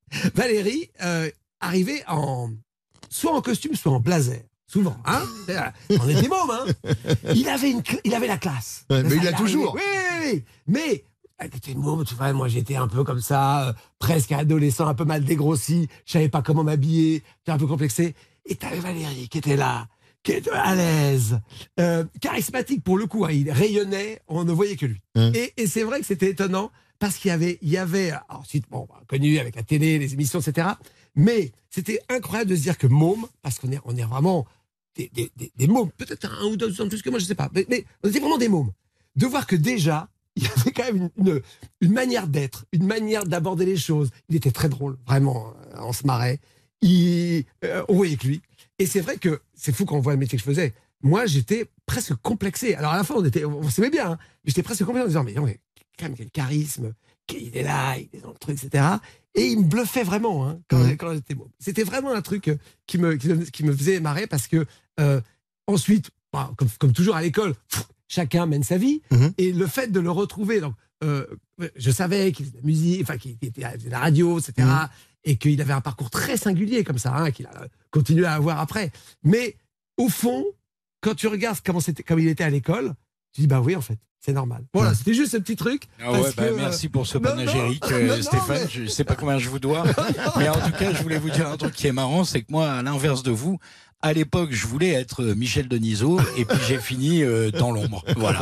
Valérie euh, arrivait en soit en costume, soit en blazer. Souvent, hein. On était mômes, hein. Il avait, une, il avait la classe. Ouais, mais ça, il l'a toujours. Oui, oui, oui. Mais, elle était môme, tu vois, moi j'étais un peu comme ça, euh, presque adolescent, un peu mal dégrossi. Je savais pas comment m'habiller, j'étais un peu complexé. Et t'avais Valérie qui était là, qui était à l'aise, euh, charismatique pour le coup, hein, il rayonnait, on ne voyait que lui. Hum. Et, et c'est vrai que c'était étonnant, parce qu'il y avait, il y avait ensuite, bon, connu avec la télé, les émissions, et cetera. Mais c'était incroyable de se dire que môme, parce qu'on est, on est vraiment... Des, des, des, des mômes, peut-être un ou deux ans plus que moi, je sais pas, mais, mais on était vraiment des mômes. De voir que déjà, il y avait quand même une, une, une manière d'être, une manière d'aborder les choses. Il était très drôle, vraiment, on se marrait. Il, euh, on voyait que lui. Et c'est vrai que c'est fou quand on voit le métier que je faisais. Moi, j'étais presque complexé. Alors à la fin, on était, on s'aimait bien, hein, mais j'étais presque complexé en disant, mais non, mais quand même quel charisme, il est là, il est dans le truc, et cetera. Et il me bluffait vraiment hein, quand, mmh. quand j'étais môme. C'était vraiment un truc qui me, qui, qui me faisait marrer parce que euh, ensuite, bah, comme, comme toujours à l'école, pff, chacun mène sa vie. Mmh. Et le fait de le retrouver, donc, euh, je savais qu'il faisait de la musique, enfin qu'il était à la radio, et cetera. Mmh. Et qu'il avait un parcours très singulier comme ça, hein, qu'il a continué à avoir après. Mais au fond, quand tu regardes comment c'était, comme il était à l'école, tu dis bah oui en fait. C'est normal. Voilà, c'était juste ce petit truc. Ah ouais, bah, que, merci pour ce panégyrique, euh, Stéphane. Mais... Je ne sais pas combien je vous dois. Mais en tout cas, je voulais vous dire un truc qui est marrant, c'est que moi, à l'inverse de vous, à l'époque, je voulais être Michel Denisot et puis j'ai fini euh, dans l'ombre. Voilà.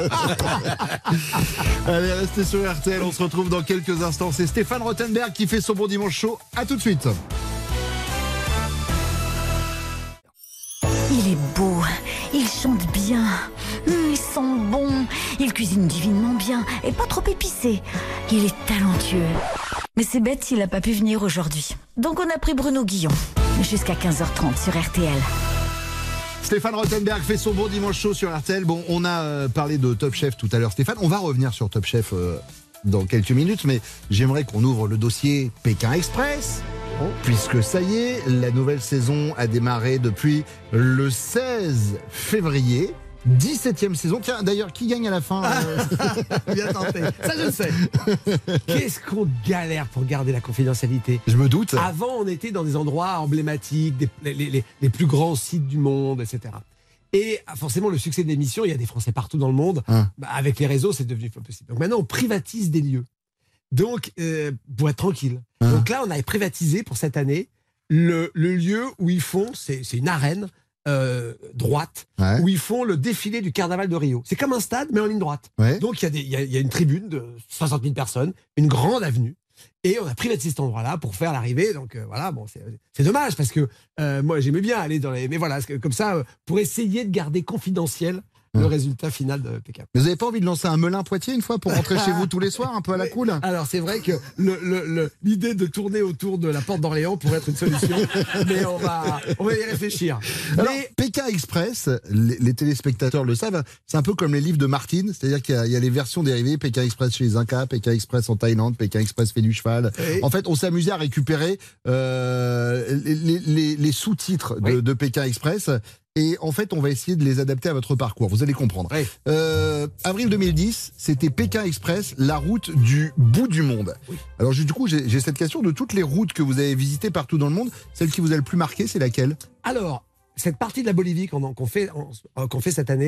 Allez, restez sur R T L. On se retrouve dans quelques instants. C'est Stéphane Rothenberg qui fait son Bon Dimanche Show. À tout de suite. Il est beau, il chante bien, il sent bon, il cuisine divinement bien et pas trop épicé. Il est talentueux. Mais c'est bête s'il n'a pas pu venir aujourd'hui. Donc on a pris Bruno Guillon, jusqu'à quinze heures trente sur R T L. Stéphane Rothenberg fait son Bon Dimanche Show sur R T L. Bon, on a euh, parlé de Top Chef tout à l'heure, Stéphane. On va revenir sur Top Chef euh, dans quelques minutes, mais j'aimerais qu'on ouvre le dossier Pékin Express. Puisque ça y est, la nouvelle saison a démarré depuis le seize février. dix-septième saison. Tiens, d'ailleurs, qui gagne à la fin euh... Bien tenté. Ça, je le sais. Qu'est-ce qu'on galère pour garder la confidentialité. Je me doute. Avant, on était dans des endroits emblématiques, des, les, les, les plus grands sites du monde, et cetera. Et forcément, le succès de l'émission, il y a des Français partout dans le monde. Hein. Bah, avec les réseaux, c'est devenu possible. Donc maintenant, on privatise des lieux. Donc, euh, pour être tranquille. Hein. Donc là, on avait privatisé pour cette année le, le lieu où ils font, c'est, c'est une arène euh, droite, ouais. où ils font le défilé du carnaval de Rio. C'est comme un stade, mais en ligne droite. Ouais. Donc, il y a des, il y a, il y a une tribune de soixante mille personnes, une grande avenue. Et on a privatisé cet endroit-là pour faire l'arrivée. Donc euh, voilà, bon, c'est, c'est dommage parce que euh, moi, j'aimais bien aller dans les. Mais voilà, comme ça, euh, pour essayer de garder confidentiel le résultat final de Pékin. Vous n'avez pas envie de lancer un Melun Poitiers une fois pour rentrer chez vous tous les soirs, un peu à la cool? Alors c'est vrai que le, le, le, l'idée de tourner autour de la porte d'Orléans pourrait être une solution, mais on va, on va y réfléchir. Alors, mais... Pékin Express, les, les téléspectateurs le savent, c'est un peu comme les livres de Martine, c'est-à-dire qu'il y a, il y a les versions dérivées, Pékin Express chez les Incas, Pékin Express en Thaïlande, Pékin Express fait du cheval. Oui. En fait, on s'amusait à récupérer euh, les, les, les, les sous-titres de, oui. de Pékin Express. Et en fait, on va essayer de les adapter à votre parcours. Vous allez comprendre. Oui. Euh, avril deux mille dix, c'était Pékin Express, la route du bout du monde. Oui. Alors du coup, j'ai, j'ai cette question de toutes les routes que vous avez visitées partout dans le monde. Celle qui vous a le plus marqué, c'est laquelle? Alors, cette partie de la Bolivie qu'on, qu'on, fait, qu'on fait cette année,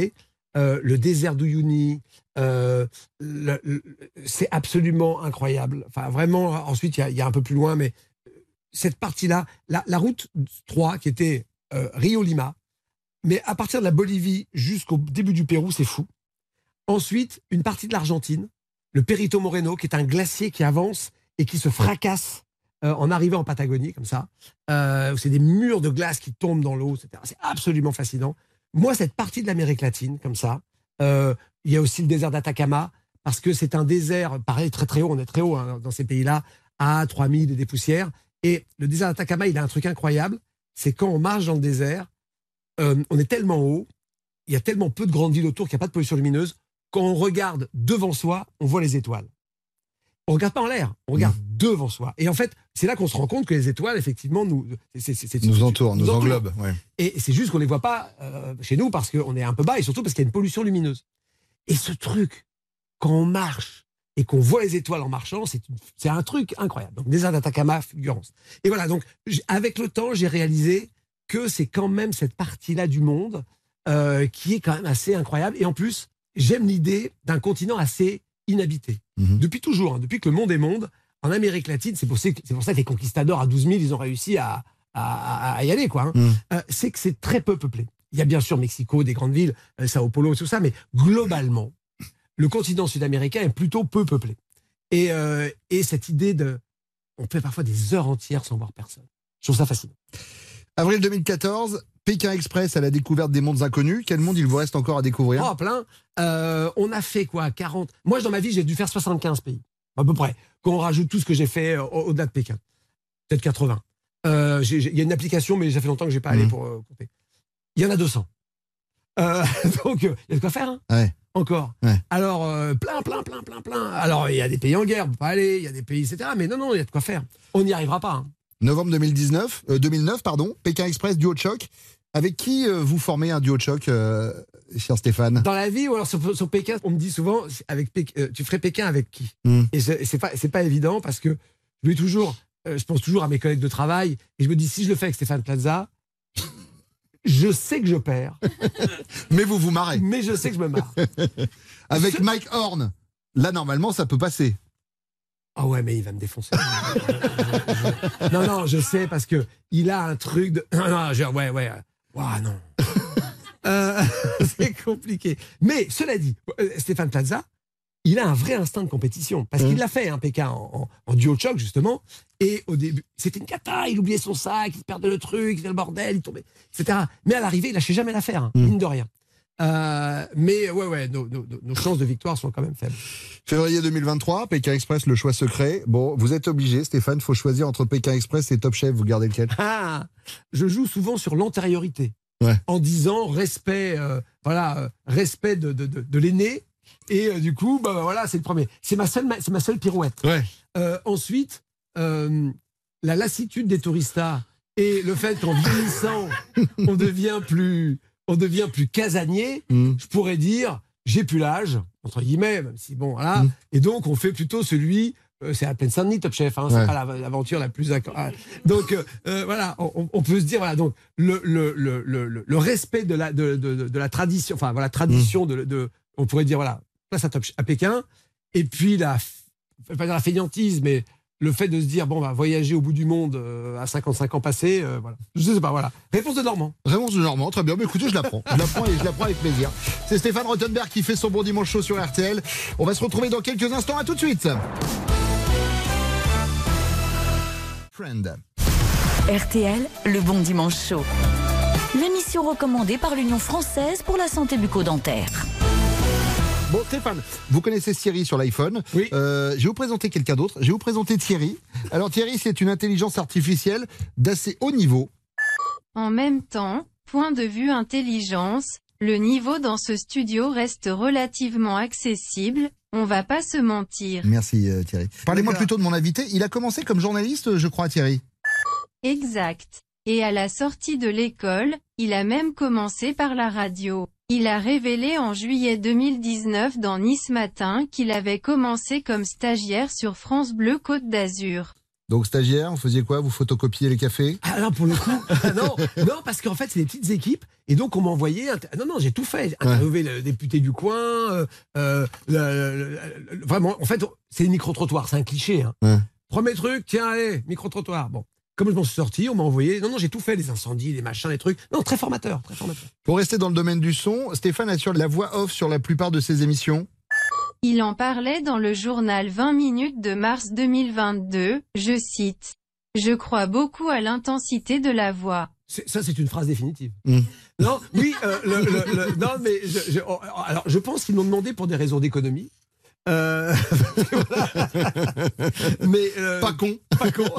euh, le désert d'Uyuni, euh, le, le, c'est absolument incroyable. Enfin, vraiment, ensuite, il y, y a un peu plus loin, mais cette partie-là, la, la route trois, qui était euh, Rio-Lima, mais à partir de la Bolivie jusqu'au début du Pérou, c'est fou. Ensuite, une partie de l'Argentine, le Perito Moreno, qui est un glacier qui avance et qui se fracasse euh, en arrivant en Patagonie, comme ça. Euh, c'est des murs de glace qui tombent dans l'eau, et cetera. C'est absolument fascinant. Moi, cette partie de l'Amérique latine, comme ça, euh, il y a aussi le désert d'Atacama, parce que c'est un désert, pareil, très très haut, on est très haut hein, dans ces pays-là, à trois mille et des poussières. Et le désert d'Atacama, il a un truc incroyable, c'est quand on marche dans le désert, euh, on est tellement haut, il y a tellement peu de grandes villes autour qu'il n'y a pas de pollution lumineuse, quand on regarde devant soi, on voit les étoiles. On ne regarde pas en l'air, on regarde mmh. devant soi. Et en fait, c'est là qu'on se rend compte que les étoiles, effectivement, nous, c'est, c'est, c'est, nous entourent, nous, nous englobent. Ouais. Et c'est juste qu'on ne les voit pas euh, chez nous parce qu'on est un peu bas et surtout parce qu'il y a une pollution lumineuse. Et ce truc, quand on marche et qu'on voit les étoiles en marchant, c'est, une, c'est un truc incroyable. Donc, désert d'Atacama, fulgurance. Et voilà, donc, avec le temps, j'ai réalisé que c'est quand même cette partie-là du monde euh, qui est quand même assez incroyable. Et en plus, j'aime l'idée d'un continent assez inhabité. Mmh. Depuis toujours, hein, depuis que le monde est monde, en Amérique latine, c'est pour, ça que, c'est pour ça que les conquistadors à douze mille, ils ont réussi à, à, à y aller, quoi. Hein. Mmh. Euh, c'est que c'est très peu peuplé. Il y a bien sûr Mexico, des grandes villes, euh, Sao Paulo, tout ça, mais globalement, le continent sud-américain est plutôt peu peuplé. Et, euh, et cette idée de... On fait parfois des heures entières sans voir personne. Je trouve ça fascinant. Avril deux mille quatorze, Pékin Express à la découverte des mondes inconnus. Quel monde il vous reste encore à découvrir? Oh, plein. Euh, on a fait quoi, quarante? Moi, dans ma vie, j'ai dû faire soixante-quinze pays, à peu près. Quand on rajoute tout ce que j'ai fait euh, au-delà de Pékin. Peut-être quatre-vingts. Euh, il y a une application, mais ça fait longtemps que je n'ai pas allé mmh. pour euh, compter. Il y en a deux cents. Euh, donc, il euh, y a de quoi faire, hein ouais. Encore. Ouais. Alors, euh, plein, plein, plein, plein, plein. Alors, il y a des pays en guerre, on peut pas aller, il y a des pays, et cetera. Mais non, non, il y a de quoi faire. On n'y arrivera pas. Hein. Novembre deux mille dix-neuf, euh, deux mille neuf, pardon, Pékin Express, duo de choc. Avec qui euh, vous formez un duo de choc, euh, cher Stéphane? Dans la vie, ou alors sur, sur Pékin, on me dit souvent, avec Pékin, euh, tu ferais Pékin avec qui? mm. Et c'est, c'est, pas, c'est pas évident parce que je, toujours, euh, je pense toujours à mes collègues de travail et je me dis, si je le fais avec Stéphane Plaza, je sais que je perds. Mais vous vous marrez. Mais je sais que je me marre. Avec je... Mike Horn, là, normalement, ça peut passer. Ah ouais, mais il va me défoncer. non, non, je sais, parce que il a un truc de... Non, je... ouais, ouais. Ouah, non. euh, c'est compliqué. Mais, cela dit, Stéphane Plaza, il a un vrai instinct de compétition. Parce mmh. qu'il l'a fait, hein, Pékin, en, en, en duo de choc, justement. Et au début, c'était une cata. Il oubliait son sac, il perdait le truc, il faisait le bordel, il tombait, et cetera. Mais à l'arrivée, il lâchait jamais l'affaire, hein, mmh. mine de rien. Euh, mais ouais, ouais, nos, nos, nos chances de victoire sont quand même faibles. Février deux mille vingt-trois, Pékin Express, le choix secret. Bon, vous êtes obligé, Stéphane, il faut choisir entre Pékin Express et Top Chef. Vous gardez lequel? Ah, je joue souvent sur l'antériorité, ouais. en disant respect, euh, voilà, euh, respect de, de, de, de l'aîné. Et euh, du coup, bah voilà, c'est le premier. C'est ma seule, c'est ma seule pirouette. Ouais. Euh, ensuite, euh, la lassitude des touristas et le fait qu'en vieillissant, on devient plus on devient plus casanier, mmh. je pourrais dire, j'ai plus l'âge, entre guillemets, même si bon, voilà, mmh. et donc on fait plutôt celui, euh, c'est à Plaine-Saint-Denis, Top Chef, hein, ouais. c'est pas l'aventure la plus... Donc, euh, voilà, on, on peut se dire, voilà, donc, le, le, le, le, le respect de la, de, de, de la tradition, enfin, voilà, tradition mmh. de, de, on pourrait dire, voilà, place à, Top, à Pékin, et puis la, pas dire la fainéantise, mais le fait de se dire, bon, bah, voyager au bout du monde euh, à cinquante-cinq ans passés, euh, voilà. Je sais pas, voilà. Réponse de Normand. Réponse de Normand, très bien. Mais écoutez, je la prends. Je la prends et je la prends avec plaisir. C'est Stéphane Rothenberg qui fait son bon dimanche chaud sur R T L. On va se retrouver dans quelques instants. À tout de suite. Friend. R T L, le bon dimanche chaud. L'émission recommandée par l'Union française pour la santé bucco-dentaire. Bon, Stéphane, vous connaissez Siri sur l'iPhone. Oui. Euh, je vais vous présenter quelqu'un d'autre. Je vais vous présenter Thierry. Alors Thierry, c'est une intelligence artificielle d'assez haut niveau. En même temps, point de vue intelligence, le niveau dans ce studio reste relativement accessible, on va pas se mentir. Merci euh, Thierry. Parlez-moi plutôt de mon invité. Il a commencé comme journaliste, je crois, Thierry. Exact. Et à la sortie de l'école, il a même commencé par la radio. Il a révélé en juillet deux mille dix-neuf dans Nice Matin qu'il avait commencé comme stagiaire sur France Bleu Côte d'Azur. Donc stagiaire, vous faisiez quoi? Vous photocopiez les cafés? Ah non, pour le coup, non, non, parce qu'en fait, c'est des petites équipes, et donc on m'envoyait. Inter... Non, non, j'ai tout fait. Interviewer ouais. le député du coin, euh, euh, le, le, le, vraiment, en fait, c'est le micro-trottoir, c'est un cliché. Hein. Ouais. Premier truc, tiens, allez, micro-trottoir. Bon, comme je m'en suis sorti, on m'a envoyé. Non, non, j'ai tout fait, les incendies, les machins, les trucs. Non, très formateur, très formateur. Pour rester dans le domaine du son, Stéphane assure la voix off sur la plupart de ses émissions. Il en parlait dans le journal vingt minutes de mars deux mille vingt-deux, je cite. Je crois beaucoup à l'intensité de la voix. Ça, c'est une phrase définitive. Mmh. Non, oui, euh, le, le, le, non, mais je, je, alors, je pense qu'ils m'ont demandé pour des raisons d'économie. Euh, mais euh, pas con, pas con.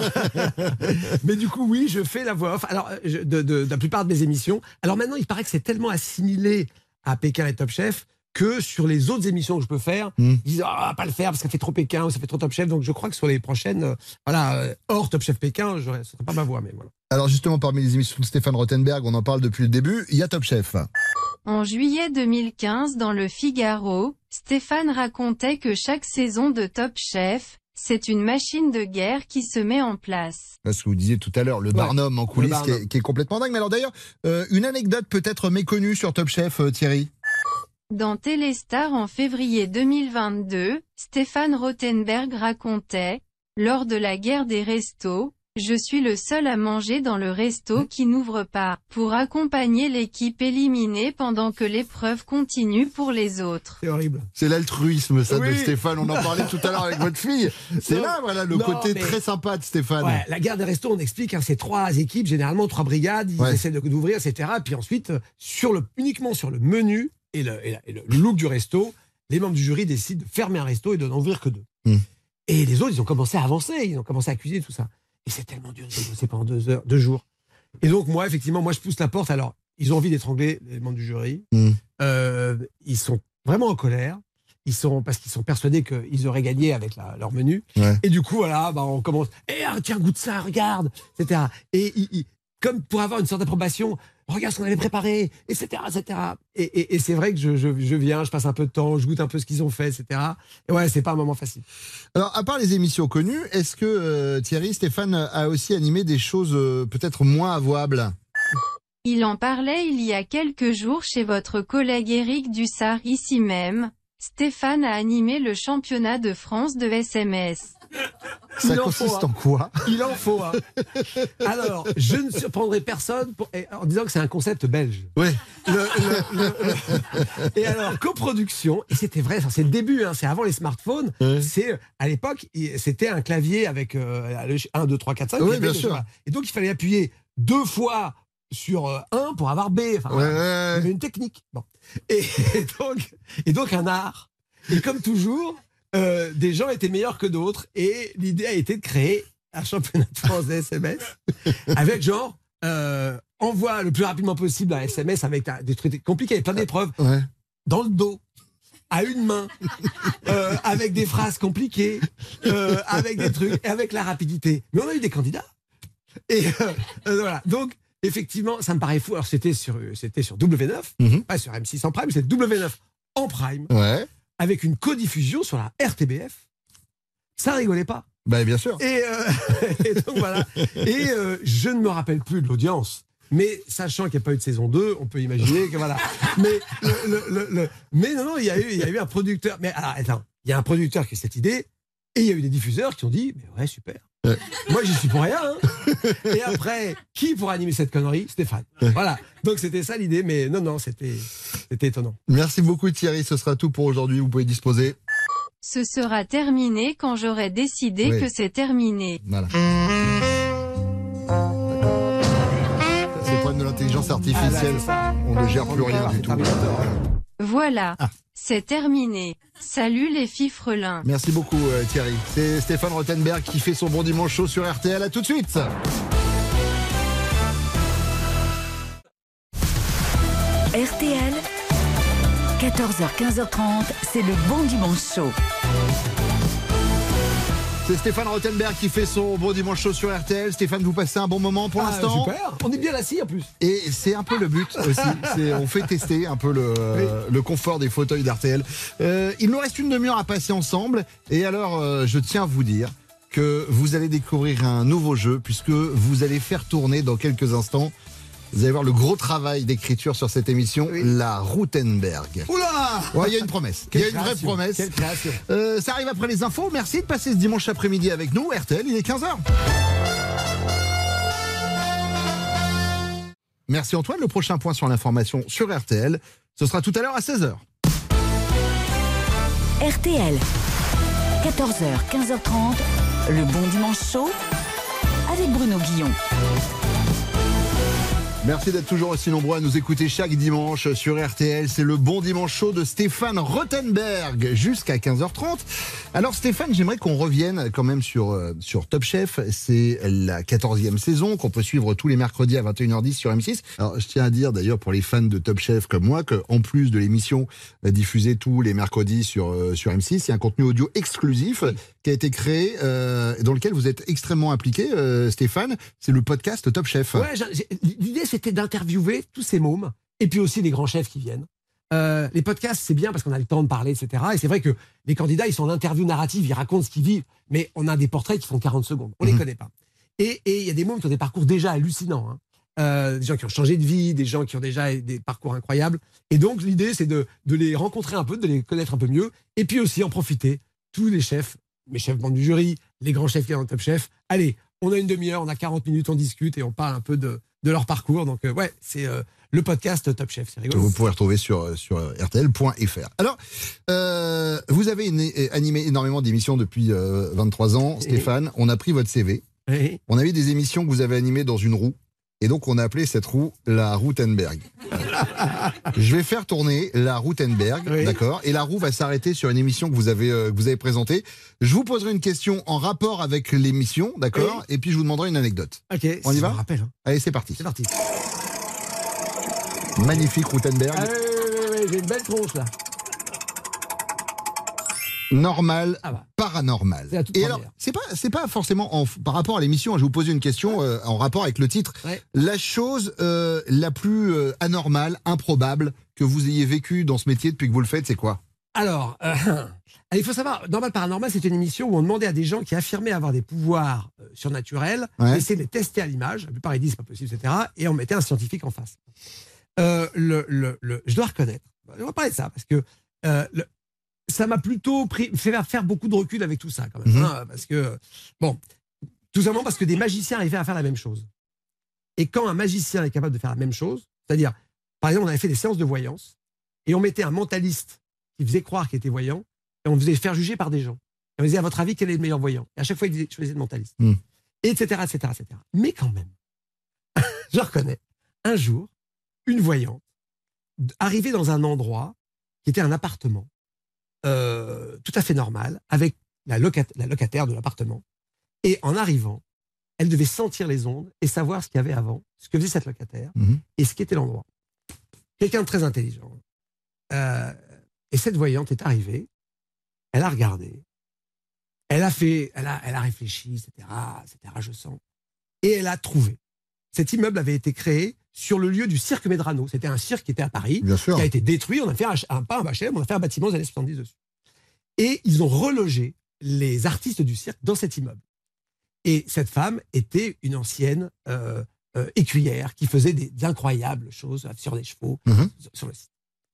Mais du coup, oui, je fais la voix off. Alors, je, de, de, de la plupart de mes émissions. Alors maintenant, il paraît que c'est tellement assimilé à Pékin et Top Chef que sur les autres émissions que je peux faire, mmh. ils disent ah, pas le faire parce que ça fait trop Pékin ou ça fait trop Top Chef. Donc je crois que sur les prochaines, euh, voilà, euh, hors Top Chef Pékin, ce ne sera pas ma voix, mais voilà. Alors justement, parmi les émissions de Stéphane Rothenberg, on en parle depuis le début, il y a Top Chef. En juillet deux mille quinze, dans le Figaro, Stéphane racontait que chaque saison de Top Chef, c'est une machine de guerre qui se met en place. Ce que vous disiez tout à l'heure, le ouais, Barnum en coulisses qui est, qui est complètement dingue. Mais alors d'ailleurs, euh, une anecdote peut-être méconnue sur Top Chef, euh, Thierry. Dans Téléstar en février deux mille vingt-deux, Stéphane Rothenberg racontait, lors de la guerre des restos, je suis le seul à manger dans le resto qui n'ouvre pas, pour accompagner l'équipe éliminée pendant que l'épreuve continue pour les autres. C'est horrible. C'est l'altruisme, ça, oui. de Stéphane. On en parlait tout à l'heure avec votre fille. C'est non, là, voilà, le non, côté mais... très sympa de Stéphane. Ouais, la guerre des restos, on explique, hein, c'est trois équipes, généralement trois brigades, ils ouais. essaient d'ouvrir, et cetera. Puis ensuite, sur le, uniquement sur le menu et le, et, la, et le look du resto, les membres du jury décident de fermer un resto et de n'en ouvrir que deux. Mmh. Et les autres, ils ont commencé à avancer, ils ont commencé à accuser tout ça. Et c'est tellement dur, ils ont bossé pendant deux heures, deux jours. Et donc, moi, effectivement, moi, je pousse la porte. Alors, ils ont envie d'étrangler les membres du jury. Mmh. Euh, ils sont vraiment en colère. Ils sont, parce qu'ils sont persuadés qu'ils auraient gagné avec la, leur menu. Ouais. Et du coup, voilà, bah, on commence. Eh, tiens, goûte ça, regarde, et cetera. Et ils, ils, comme pour avoir une sorte d'approbation, regarde ce qu'on avait préparé, et cetera, et cetera. Et, et, et c'est vrai que je, je, je viens, je passe un peu de temps, je goûte un peu ce qu'ils ont fait, et cetera. Et ouais, c'est pas un moment facile. Alors, à part les émissions connues, est-ce que euh, Thierry, Stéphane a aussi animé des choses euh, peut-être moins avouables? Il en parlait il y a quelques jours chez votre collègue Éric Dussard ici même. Stéphane a animé le championnat de France de S M S. Ça consiste faut, hein. en quoi? Il en faut. Hein. Alors, je ne surprendrai personne pour, en disant que c'est un concept belge. Oui. Le, le, le, le, et alors, coproduction, et c'était vrai, c'est le début, hein, c'est avant les smartphones. Oui. C'est à l'époque, c'était un clavier avec euh, un, deux, trois, quatre, cinq. Oui, bien sûr. Et donc, il fallait appuyer deux fois sur un pour avoir B. Enfin, ouais, voilà. ouais. Il y avait une technique. Bon. Et, et, donc, et donc, un art. Et comme toujours, Euh, des gens étaient meilleurs que d'autres et l'idée a été de créer un championnat de France des S M S avec genre euh, envoie le plus rapidement possible un S M S avec des trucs compliqués, plein d'épreuves ouais. dans le dos, à une main, euh, avec des phrases compliquées, euh, avec des trucs, et avec la rapidité. Mais on a eu des candidats et euh, euh, voilà. Donc effectivement, ça me paraît fou. Alors c'était sur c'était sur W neuf, mm-hmm. pas sur M six en prime, c'est W neuf en prime. Ouais. Avec une codiffusion sur la R T B F, ça rigolait pas. Bah bien sûr. Et, euh, et donc voilà. Et euh, je ne me rappelle plus de l'audience, mais sachant qu'il n'y a pas eu de saison deux, on peut imaginer que voilà. Mais le, le, le, le, mais non non, il y a eu il y a eu un producteur. Mais alors, attends, il y a un producteur qui a cette idée, et il y a eu des diffuseurs qui ont dit mais ouais super. Ouais. Moi j'y suis pour rien. Hein. Et après, qui pourra animer cette connerie? Stéphane. Ouais. Voilà. Donc c'était ça l'idée, mais non non, c'était c'était étonnant. Merci beaucoup Thierry, ce sera tout pour aujourd'hui. Vous pouvez disposer. Ce sera terminé quand j'aurai décidé oui. que c'est terminé. Voilà. C'est le problème de l'intelligence artificielle. Ah, là, on ne gère plus rien du tout. Voilà. Ah. C'est terminé. Salut les fifrelins. Merci beaucoup euh, Thierry. C'est Stéphane Rothenberg qui fait son bon dimanche chaud sur R T L. À tout de suite. R T L, quatorze heures quinze heures trente, c'est le bon dimanche chaud. C'est Stéphane Rothenberg qui fait son bon dimanche chaud sur R T L. Stéphane, vous passez un bon moment pour ah, l'instant? Super, on est bien assis en plus. Et c'est un peu le but aussi. On fait tester un peu le, oui. le confort des fauteuils d'R T L. Euh, il nous reste une demi-heure à passer ensemble. Et alors, euh, je tiens à vous dire que vous allez découvrir un nouveau jeu puisque vous allez faire tourner dans quelques instants. Vous allez voir le gros travail d'écriture sur cette émission, oui. La Routenberg. Oula! Ouais, il y a une promesse. Il y a une vraie promesse. Quelle création. Euh, ça arrive après les infos. Merci de passer ce dimanche après-midi avec nous. R T L, il est quinze heures. Merci Antoine. Le prochain point sur l'information sur R T L, ce sera tout à l'heure à seize heures. R T L, quatorze heures, quinze heures trente, le bon dimanche chaud avec Bruno Guillon. Merci d'être toujours aussi nombreux à nous écouter chaque dimanche sur R T L. C'est le bon dimanche chaud de Stéphane Rothenberg jusqu'à quinze heures trente. Alors Stéphane, j'aimerais qu'on revienne quand même sur, euh, sur Top Chef. C'est la quatorzième saison qu'on peut suivre tous les mercredis à vingt et une heures dix sur M six. Alors je tiens à dire d'ailleurs pour les fans de Top Chef comme moi qu'en plus de l'émission euh, diffusée tous les mercredis sur, euh, sur M six, il y a un contenu audio exclusif oui. qui a été créé euh, dans lequel vous êtes extrêmement impliqué, euh, Stéphane. C'est le podcast Top Chef. Ouais, j'ai, l'idée c'était d'interviewer tous ces mômes et puis aussi les grands chefs qui viennent. Euh, les podcasts, c'est bien parce qu'on a le temps de parler, et cetera. Et c'est vrai que les candidats, ils sont en interview narrative, ils racontent ce qu'ils vivent, mais on a des portraits qui font quarante secondes. On mmh. les connaît pas. Et il y a des mômes qui ont des parcours déjà hallucinants. Hein. Euh, des gens qui ont changé de vie, des gens qui ont déjà des parcours incroyables. Et donc, l'idée, c'est de, de les rencontrer un peu, de les connaître un peu mieux, et puis aussi en profiter. Tous les chefs, mes chefs membres du jury, les grands chefs qui sont dans le Top Chef. Allez, on a une demi-heure, on a quarante minutes, on discute et on parle un peu de, de leur parcours. Donc, euh, ouais, c'est euh, le podcast Top Chef. C'est rigolo. Que vous pouvez retrouver sur, sur R T L point F R. Alors, euh, vous avez une, animé énormément d'émissions depuis euh, vingt-trois ans, Stéphane. Et... On a pris votre C V. Et... On a vu des émissions que vous avez animées dans une roue. Et donc, on a appelé cette roue la Routenberg. Je vais faire tourner la Routenberg, oui. d'accord. Et la roue va s'arrêter sur une émission que vous avez euh, que vous avez présentée. Je vous poserai une question en rapport avec l'émission, d'accord. Oui. Et puis je vous demanderai une anecdote. Ok. On y va. Je me rappelle. Hein. Allez, c'est parti. C'est parti. Magnifique Routenberg. Ah, oui, oui, oui, oui, j'ai une belle tronche là. Normal, ah bah. paranormal. Et alors, c'est pas, c'est pas forcément en, par rapport à l'émission. Je vais vous poser une question euh, en rapport avec le titre. Ouais. La chose euh, la plus euh, anormale, improbable que vous ayez vécue dans ce métier depuis que vous le faites, c'est quoi? Alors, euh, il faut savoir, Normal Paranormal, c'est une émission où on demandait à des gens qui affirmaient avoir des pouvoirs euh, surnaturels, ouais. d'essayer de les tester à l'image. La plupart ils disent c'est pas possible, et cetera. Et on mettait un scientifique en face. Euh, le, le, le, je dois reconnaître. On va parler de ça parce que euh, le, ça m'a plutôt pris, fait faire beaucoup de recul avec tout ça, quand même. Mmh. Hein, parce que, bon, tout simplement parce que des magiciens arrivaient à faire la même chose. Et quand un magicien est capable de faire la même chose, c'est-à-dire, par exemple, on avait fait des séances de voyance, et on mettait un mentaliste qui faisait croire qu'il était voyant, et on faisait faire juger par des gens. Et on disait, à votre avis, quel est le meilleur voyant? Et à chaque fois, il choisissait le mentaliste. Mmh. Et etc., etc., et cetera. Mais quand même, je reconnais, un jour, une voyante arrivait dans un endroit qui était un appartement, Euh, tout à fait normal, avec la, locat- la locataire de l'appartement. Et en arrivant, elle devait sentir les ondes et savoir ce qu'il y avait avant, ce que faisait cette locataire mmh. et ce qu'était l'endroit. Quelqu'un de très intelligent. Euh, et cette voyante est arrivée, elle a regardé, elle a fait, elle a, elle a réfléchi, et cetera, et cetera, je sens. Et elle a trouvé. Cet immeuble avait été créé sur le lieu du cirque Medrano. C'était un cirque qui était à Paris, Bien sûr. qui a été détruit. On a fait un, un pas un H L M, on a fait un bâtiment des années soixante-dix dessus. Et ils ont relogé les artistes du cirque dans cet immeuble. Et cette femme était une ancienne euh, euh, écuyère qui faisait des, des incroyables choses sur des chevaux, mmh. sur, sur le site.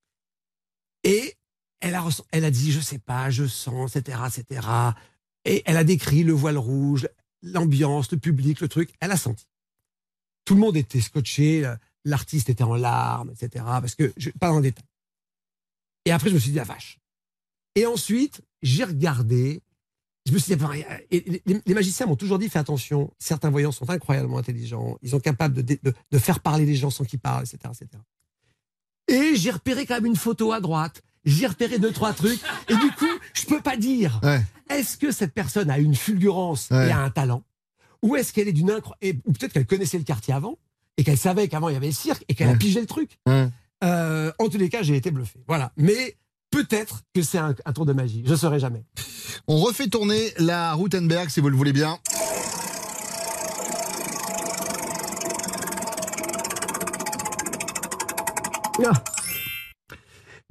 Et elle a, elle a dit, je sais pas, je sens, et cetera, et cetera. Et elle a décrit le voile rouge, l'ambiance, le public, le truc. Elle a senti. Tout le monde était scotché, l'artiste était en larmes, et cetera. Parce que, je, pas dans le détail. Et après, je me suis dit, la vache. Et ensuite, j'ai regardé. Je me suis dit, et les, les magiciens m'ont toujours dit, fais attention, certains voyants sont incroyablement intelligents, ils sont capables de, de, de faire parler les gens sans qu'ils parlent, et cetera, et cetera. Et j'ai repéré quand même une photo à droite, j'ai repéré deux, trois trucs, et du coup, je peux pas dire, ouais. Est-ce que cette personne a une fulgurance ouais. et a un talent? Ou est-ce qu'elle est d'une incroyable... Ou peut-être qu'elle connaissait le quartier avant, et qu'elle savait qu'avant il y avait le cirque, et qu'elle ouais. a pigé le truc. Ouais. Euh, en tous les cas, j'ai été bluffé. Voilà. Mais peut-être que c'est un, un tour de magie. Je ne saurais jamais. On refait tourner la Routenberg, si vous le voulez bien.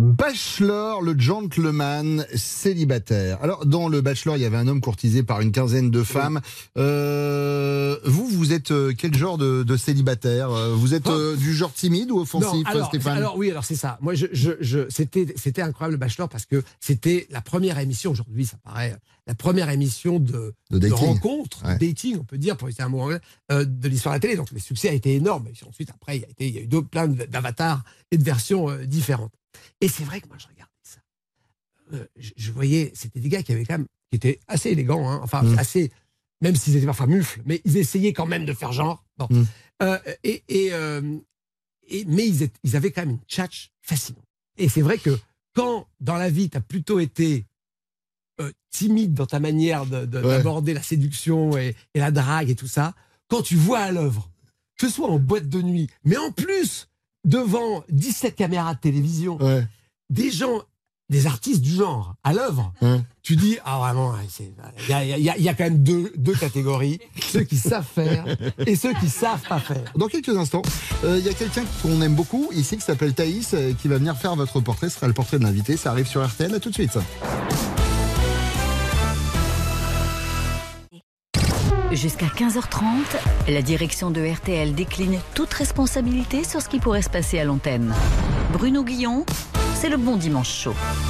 Bachelor, le gentleman célibataire. Alors, dans le Bachelor, il y avait un homme courtisé par une quinzaine de femmes. Euh, vous, vous êtes euh, quel genre de, de célibataire? Vous êtes euh, du genre timide ou offensif, non, alors, Stéphane? Alors oui, alors c'est ça. Moi, je, je, je, c'était, c'était incroyable le Bachelor parce que c'était la première émission, aujourd'hui ça paraît, la première émission de, de, de dating. rencontre, Ouais. de dating, on peut dire, pour utiliser un mot anglais, euh, de l'histoire de la télé. Donc le succès a été énorme. Et ensuite, après, il y a, été, il y a eu d'autres, plein d'avatars et de versions euh, différentes. Et c'est vrai que moi, je regardais ça. Euh, je, je voyais, c'était des gars qui avaient quand même, qui étaient assez élégants, hein, enfin, Mmh. assez, même s'ils étaient parfois mufles, mais ils essayaient quand même de faire genre. Bon. Mmh. Euh, et, et, euh, et, mais ils, étaient, ils avaient quand même une tchatche fascinante. Et c'est vrai que quand, dans la vie, tu as plutôt été euh, timide dans ta manière de, de, Ouais. d'aborder la séduction et, et la drague et tout ça, quand tu vois à l'œuvre, que ce soit en boîte de nuit, mais en plus, devant dix-sept caméras de télévision, Ouais. des gens, des artistes du genre, à l'œuvre, Ouais. tu dis, ah vraiment, il y a, y, a, y a quand même deux, deux catégories, ceux qui savent faire et ceux qui savent pas faire. Dans quelques instants, il euh, y a quelqu'un qu'on aime beaucoup ici qui s'appelle Thaïs, euh, qui va venir faire votre portrait. Ce sera le portrait de l'invité. Ça arrive sur R T L. À tout de suite. Jusqu'à quinze heures trente, la direction de R T L décline toute responsabilité sur ce qui pourrait se passer à l'antenne. Bruno Guillon, c'est le bon dimanche chaud.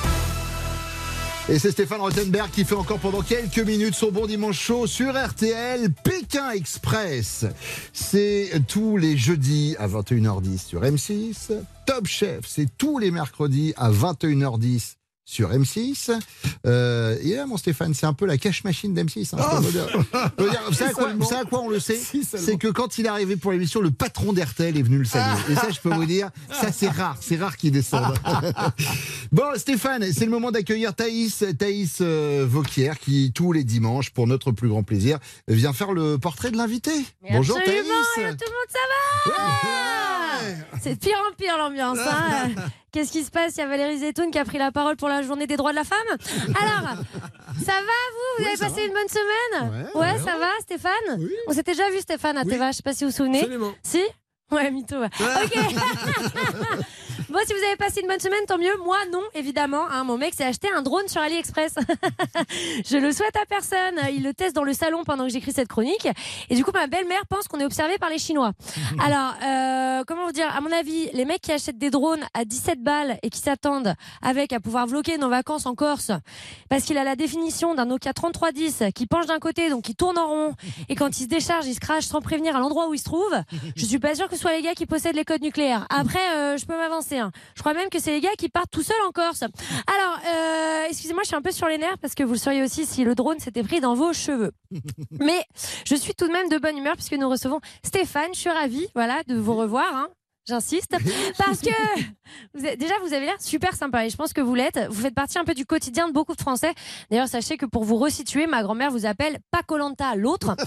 Et c'est Stéphane Rothenberg qui fait encore pendant quelques minutes son bon dimanche chaud sur R T L. Pékin Express, c'est tous les jeudis à vingt et une heures dix sur M six. Top Chef, c'est tous les mercredis à vingt et une heures dix sur M six. Euh, et là, mon Stéphane, c'est un peu la cash machine d'M six. Hein, je peux dire. Je veux dire, vous savez à quoi, vous savez à quoi on le sait? C'est que quand il est arrivé pour l'émission, le patron d'R T L est venu le saluer. Et ça, je peux vous dire, ça c'est rare. C'est rare qu'il descende. Bon, Stéphane, c'est le moment d'accueillir Thaïs, Thaïs euh, Vauquier, qui tous les dimanches, pour notre plus grand plaisir, vient faire le portrait de l'invité. Bonjour Absolument, Thaïs. hello tout le monde, ça va Ouais. C'est de pire en pire l'ambiance. Hein. Qu'est-ce qui se passe? Il y a Valérie Zetoun qui a pris la parole pour la journée des droits de la femme. Alors, ça va vous Vous Oui, avez ça passé va. une bonne semaine? Ouais, ouais, ça ouais. va Stéphane? Oui. On s'était déjà vu Stéphane à Oui. Teva, je sais pas si vous vous souvenez. Absolument. Si? Ouais, mytho. Ouais. Ok. Bon, si vous avez passé une bonne semaine, tant mieux. Moi, non, évidemment. Hein, mon mec s'est acheté un drone sur AliExpress. Je le souhaite à personne. Il le teste dans le salon pendant que j'écris cette chronique. Et du coup, ma belle-mère pense qu'on est observé par les Chinois. Alors, euh, comment vous dire? À mon avis, les mecs qui achètent des drones à dix-sept balles et qui s'attendent avec à pouvoir vloguer nos vacances en Corse parce qu'il a la définition d'un Nokia trente-trois dix qui penche d'un côté, donc qui tourne en rond. Et quand il se décharge, il se crache sans prévenir à l'endroit où il se trouve. Je suis pas sûre que ce soit les gars qui possèdent les codes nucléaires. Après, euh, je peux m'avancer. Hein. Je crois même que c'est les gars qui partent tout seuls en Corse. Alors, euh, excusez-moi, je suis un peu sur les nerfs parce que vous le sauriez aussi si le drone s'était pris dans vos cheveux. Mais je suis tout de même de bonne humeur puisque nous recevons Stéphane. Je suis ravie, voilà, de vous revoir. Hein. J'insiste, parce que vous êtes, déjà vous avez l'air super sympa et je pense que vous l'êtes. Vous faites partie un peu du quotidien de beaucoup de Français. D'ailleurs, sachez que pour vous resituer, ma grand-mère vous appelle pas Koh-Lanta, l'autre.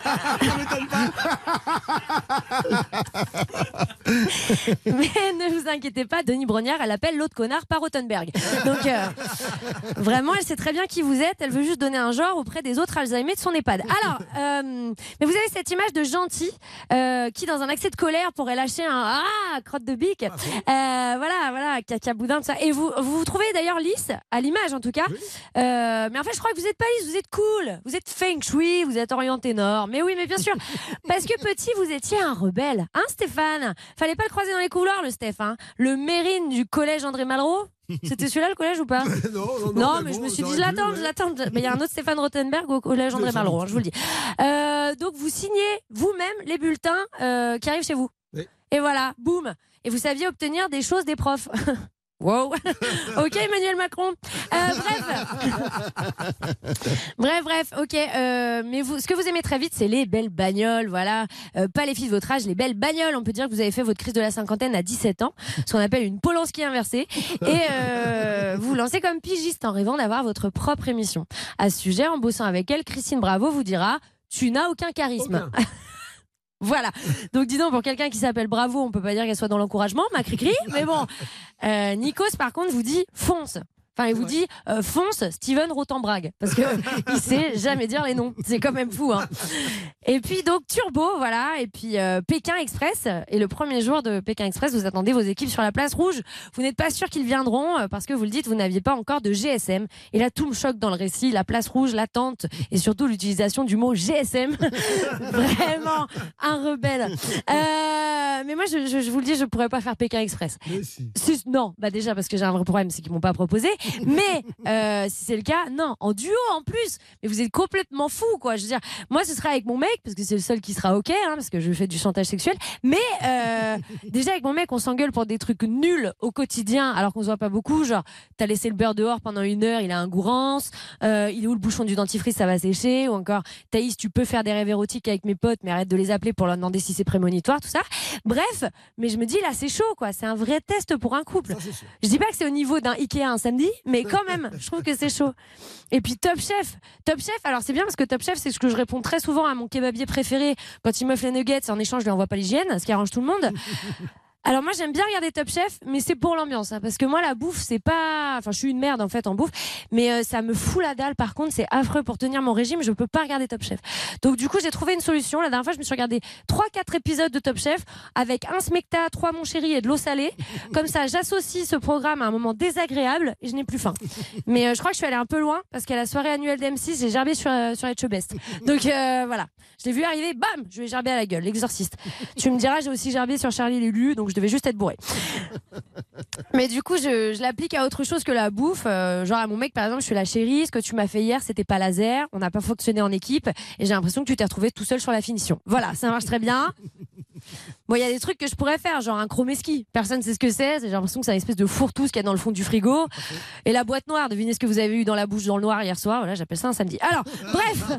Mais ne vous inquiétez pas, Denis Brognard, elle appelle l'autre connard par Rothenberg. Donc euh, vraiment, elle sait très bien qui vous êtes. Elle veut juste donner un genre auprès des autres Alzheimer de son EHPAD. Alors, euh, mais vous avez cette image de gentil euh, qui, dans un accès de colère, pourrait lâcher un ah crotte de bique. Euh, voilà, voilà, caca boudin, tout ça. Et vous, vous vous trouvez d'ailleurs lisse à l'image en tout cas. Euh, mais en fait, je crois que vous êtes pas lisse, vous êtes cool, vous êtes feng shui, vous êtes orienté nord. Mais oui, mais bien sûr, parce que petit, vous étiez un rebelle, hein, Stéphane. Fallait pas le croiser dans les couloirs, le Steph. Hein. Le Mérine du collège André Malraux. C'était celui-là le collège ou pas? Non, non, non. Non, mais, mais bon, je me suis dit, j'aurais je l'attends, pu, je ouais. l'attends. Mais il y a un autre Stéphane Rothenberg au collège André Malraux, hein, je vous le dis. Euh, donc, vous signez vous-même les bulletins euh, qui arrivent chez vous. Oui. Et voilà, boum. Et vous saviez obtenir des choses des profs. Wow. Ok, Emmanuel Macron. Euh, bref. bref, bref. Ok. Euh, mais vous, ce que vous aimez très vite, c'est les belles bagnoles. Voilà. Euh, pas les filles de votre âge, les belles bagnoles. On peut dire que vous avez fait votre crise de la cinquantaine à dix-sept ans, ce qu'on appelle une Polanski inversée. Et euh, vous vous lancez comme pigiste en rêvant d'avoir votre propre émission. À ce sujet, en bossant avec elle, Christine Bravo vous dira tu n'as aucun charisme. Aucun. Voilà. Donc, dis donc, pour quelqu'un qui s'appelle Bravo, on peut pas dire qu'elle soit dans l'encouragement, ma cri-cri. Mais bon, euh, Nikos, par contre, vous dit fonce. Enfin, il vous dit euh, fonce Steven Rothenberg parce que il sait jamais dire les noms. C'est quand même fou. Hein. Et puis donc Turbo, voilà. Et puis euh, Pékin Express. Et le premier jour de Pékin Express, vous attendez vos équipes sur la place rouge. Vous n'êtes pas sûr qu'ils viendront euh, parce que vous le dites, vous n'aviez pas encore de G S M. Et là, tout me choque dans le récit. La place rouge, l'attente et surtout l'utilisation du mot G S M. Vraiment un rebelle. Euh, mais moi, je, je, je vous le dis, je pourrais pas faire Pékin Express. Si. Si, non, bah déjà parce que j'ai un vrai problème, c'est qu'ils m'ont pas proposé. Mais euh, si c'est le cas, non, en duo en plus. Mais vous êtes complètement fou, quoi. Je veux dire, moi, ce sera avec mon mec parce que c'est le seul qui sera ok, hein, parce que je fais du chantage sexuel. Mais euh, déjà avec mon mec, on s'engueule pour des trucs nuls au quotidien, alors qu'on se voit pas beaucoup. Genre, t'as laissé le beurre dehors pendant une heure, il a un gourance. Euh, il est où le bouchon du dentifrice, ça va sécher. Ou encore, Thaïs, tu peux faire des rêves érotiques avec mes potes, mais arrête de les appeler pour leur demander si c'est prémonitoire, tout ça. Bref, mais je me dis là, c'est chaud, quoi. C'est un vrai test pour un couple. Ça, je dis pas que c'est au niveau d'un Ikea un samedi, mais quand même, je trouve que c'est chaud. Et puis Top Chef, Top Chef. Alors c'est bien parce que Top Chef, c'est ce que je réponds très souvent à mon kebabier préféré quand il m'offre les nuggets. En échange, je lui envoie pas l'hygiène, ce qui arrange tout le monde. Alors moi j'aime bien regarder Top Chef, mais c'est pour l'ambiance, hein, parce que moi la bouffe c'est pas, enfin je suis une merde en fait en bouffe, mais euh, ça me fout la dalle. Par contre c'est affreux pour tenir mon régime, je peux pas regarder Top Chef. Donc du coup j'ai trouvé une solution. La dernière fois je me suis regardé trois quatre épisodes de Top Chef avec un smecta, trois mon chéri et de l'eau salée. Comme ça j'associe ce programme à un moment désagréable et je n'ai plus faim. Mais euh, je crois que je suis allée un peu loin parce qu'à la soirée annuelle d'M six j'ai gerbé sur euh, sur Etchebest. Donc euh, voilà, je l'ai vu arriver, bam, je lui ai gerbé à la gueule, l'exorciste. Tu me diras j'ai aussi gerbé sur Charlie Lulu, donc je devais juste être bourré. Mais du coup, je, je l'applique à autre chose que la bouffe. Euh, genre à mon mec, par exemple, je suis la chérie. Ce que tu m'as fait hier, c'était pas laser. On n'a pas fonctionné en équipe. Et j'ai l'impression que tu t'es retrouvé tout seul sur la finition. Voilà, ça marche très bien. Bon, il y a des trucs que je pourrais faire, genre un chromeski. Personne sait ce que c'est. J'ai l'impression que c'est une espèce de fourre-tout qu'il y a dans le fond du frigo. Et la boîte noire. Devinez ce que vous avez eu dans la bouche dans le noir hier soir. Voilà, j'appelle ça un samedi. Alors, bref.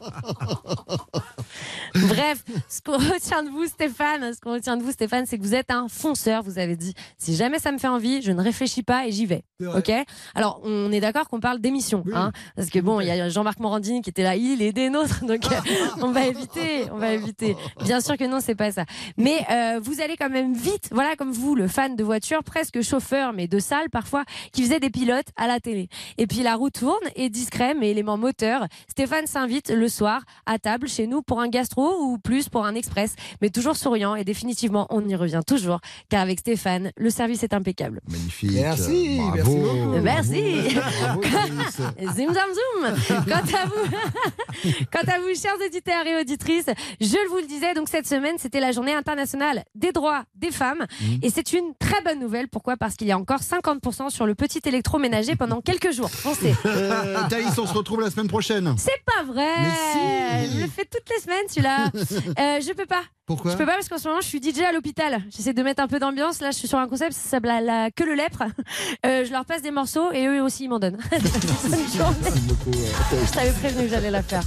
Bref, ce qu'on retient de vous, Stéphane, ce qu'on retient de vous, Stéphane, c'est que vous êtes un fonceur. Vous avez dit, si jamais ça me fait envie, je ne réfléchis pas et j'y vais. Ok. Alors, on est d'accord qu'on parle d'émission, oui. hein, parce que bon, il y a Jean-Marc Morandini qui était là, il est des nôtres, donc euh, on va éviter, on va éviter. Bien sûr que non, c'est pas ça. Mais euh, vous allez quand même vite, voilà, comme vous, le fan de voiture, presque chauffeur, mais de salle parfois, qui faisait des pilotes à la télé. Et puis la roue tourne et discret, mais élément moteur. Stéphane s'invite le soir à table chez nous pour un gastro ou plus pour un express, mais toujours souriant et définitivement, on y revient toujours, car avec Stéphane, le service est impeccable. Magnifique. Merci. Bravo. Merci beaucoup. Merci. Bravo, Zoom, zoom, zoom. Quant à vous, quant à vous, chers auditeurs et auditrices, je vous le disais, donc cette semaine, c'était la journée internationale des droits des femmes. Mmh. Et c'est une très bonne nouvelle. Pourquoi ? Parce qu'il y a encore cinquante pour cent sur le petit électroménager pendant quelques jours. Foncez. Euh, Thaïs, on se retrouve la semaine prochaine. C'est pas vrai. Mais si. Je le fais toutes les semaines, celui-là. Euh, je peux pas. Pourquoi ? Je peux pas parce qu'en ce moment je suis D J à l'hôpital. J'essaie de mettre un peu d'ambiance. Là, je suis sur un concept, ça s'appelle la, la que le lèpre. Euh, je leur passe des morceaux et eux aussi ils m'en donnent. Merci beaucoup. Je t'avais prévenu que j'allais la faire.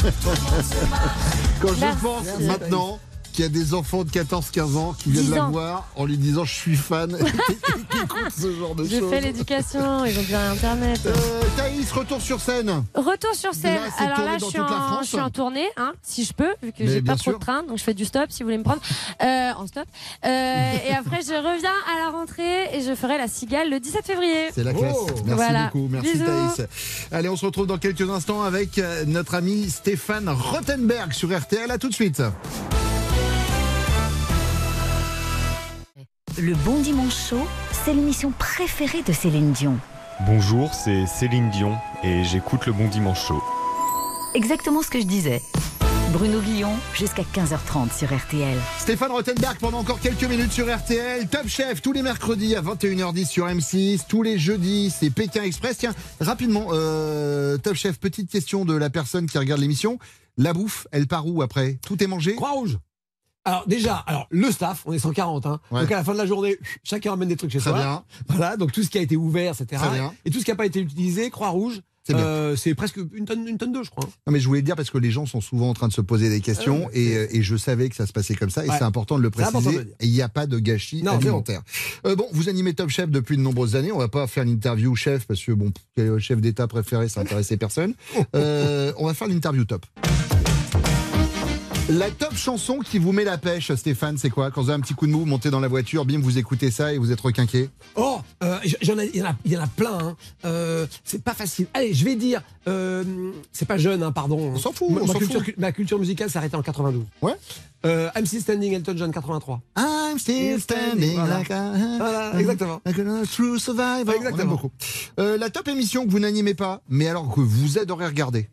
Quand je Merci. pense Merci. maintenant qu'il y a des enfants de quatorze quinze ans qui viennent la voir en lui disant je suis fan et qui écoutent ce genre de J'ai choses. fait l'éducation, ils ont bien internet. Euh, Thaïs, retour sur scène. Retour sur scène. Là, c'est Alors là, tourné je suis, dans toute la en, France. je suis en tournée, hein, si je peux, vu que Mais j'ai pas bien trop sûr. de train, donc je fais du stop si vous voulez me prendre. Euh, en stop. Euh, et après, je reviens à la rentrée et je ferai la Cigale le dix-sept février. C'est la classe. Oh. Merci Voilà. beaucoup. Merci Bisous. Thaïs. Allez, on se retrouve dans quelques instants avec euh, notre ami Stéphane Rothenberg sur R T L. À tout de suite. Le Bon Dimanche Show, c'est l'émission préférée de Céline Dion. Bonjour, c'est Céline Dion et j'écoute le Bon Dimanche Show. Exactement ce que je disais. Bruno Guillon, jusqu'à quinze heures trente sur R T L. Stéphane Rothenberg pendant encore quelques minutes sur R T L. Top Chef tous les mercredis à vingt et une heures dix sur M six. Tous les jeudis, c'est Pékin Express. Tiens, rapidement, euh, Top Chef, petite question de la personne qui regarde l'émission. La bouffe, elle part où après ? Tout est mangé ? Croix-Rouge. Alors déjà, alors le staff, on est cent quarante, hein. Ouais. Donc à la fin de la journée, chacun ramène des trucs chez Très soi. bien. Voilà, donc tout ce qui a été ouvert, et cetera. Très bien. Et tout ce qui n'a pas été utilisé, Croix-Rouge, C'est bien. euh, c'est presque une tonne, une tonne d'œufs, je crois. hein. Non mais je voulais le dire parce que les gens sont souvent en train de se poser des questions Euh, et, euh, et je savais que ça se passait comme ça et Ouais. c'est important de le C'est important préciser. de le dire. Et il n'y a pas de gâchis Non, c'est alimentaire. Euh, bon, vous animez Top Chef depuis de nombreuses années. On va pas faire l'interview chef parce que bon, quel est le chef d'État préféré, ça intéressait personne. Euh, on va faire l'interview top. La top chanson qui vous met la pêche, Stéphane, c'est quoi? Quand vous avez un petit coup de mou, vous montez dans la voiture, bim, vous écoutez ça et vous êtes requinqué. Oh, euh, j'en ai, il y en a, il y en a plein. Hein. Euh, c'est pas facile. Allez, je vais dire, euh, c'est pas jeune, hein, pardon. On s'en fout. Ma, on ma s'en culture, fout. ma culture musicale s'est arrêtée en quatre-vingt-douze. Ouais. Euh, I'm Still Standing, Elton John, quatre-vingt-trois. I'm still standing voilà. like a... Voilà, exactement. Like a true survivor. Exactement. On aime beaucoup. Euh, la top émission que vous n'animez pas, mais alors que vous adorez regarder.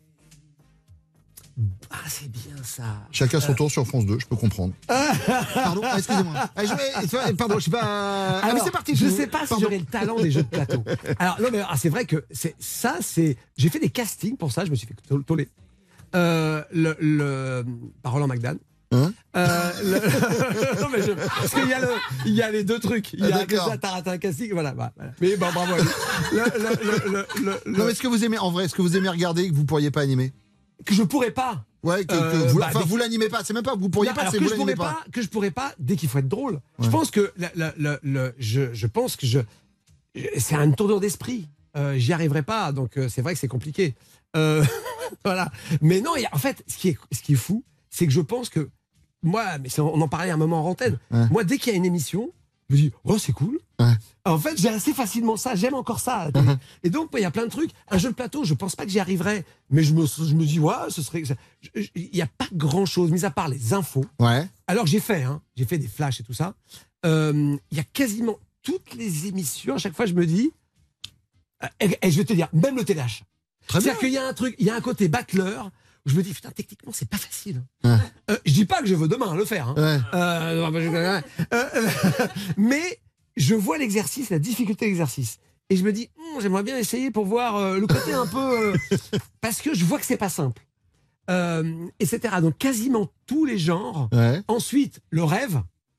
Ah, c'est bien ça. Chacun son tour sur France deux, je peux comprendre. Pardon, ah, excusez-moi. Ah, je, pardon, je sais pas. Alors, ah, mais c'est parti. Je sais pas si j'aurais le talent des jeux de plateau. Alors non, mais ah, c'est vrai que c'est ça. C'est j'ai fait des castings pour ça. Je me suis fait toller. Euh, le, le par Roland McDan. Hein euh, le, non mais je, parce qu'il y a le, il y a les deux trucs. Il y a ah, que ça, t'as raté un casting, voilà. voilà. Mais bon, bravo. Le, le, le, le, le, non, mais est-ce que vous aimez en vrai, est-ce que vous aimez regarder et que vous pourriez pas animer? Que je pourrais pas. Ouais, que, que euh, vous, bah, enfin, dès... vous l'animez pas. C'est même pas que vous pourriez non, pas. Alors C'est que vous je pourrais l'animez pas. pas. Que je pourrais pas dès qu'il faut être drôle. Ouais. Je pense que le, le, le, le, je, je pense que je, c'est un tournure d'esprit. Euh, j'y arriverai pas. Donc euh, c'est vrai que c'est compliqué. Euh, voilà. Mais non, y a, en fait, ce qui est, ce qui est fou, c'est que je pense que moi, mais on en parlait un moment en antenne. Ouais. Moi, dès qu'il y a une émission, je me dis oh c'est cool. Ouais. En fait, j'ai assez facilement ça. J'aime encore ça. À la télé. Uh-huh. Et donc, il y a plein de trucs. Un jeu de plateau, je pense pas que j'y arriverai. Mais je me, je me dis, ouais, ce serait. Il n'y a pas grand chose, mis à part les infos. Ouais. Alors, j'ai fait, hein, j'ai fait des flashs et tout ça. Il euh, y a quasiment toutes les émissions. À chaque fois, je me dis. Et, et je vais te dire, même le téléachat. C'est-à-dire qu'il y a un truc, il y a un côté battleur. Où je me dis, putain, techniquement, c'est pas facile. Ouais. Euh, je dis pas que je veux demain le faire. Hein. Ouais. Euh, euh, euh, mais je vois l'exercice, la difficulté de l'exercice. Et je me dis, hm, j'aimerais bien essayer pour voir euh, le côté un peu... Euh, parce que je vois que c'est pas simple. Euh, et cetera. Donc quasiment tous les genres. Ouais. Ensuite, le rêve,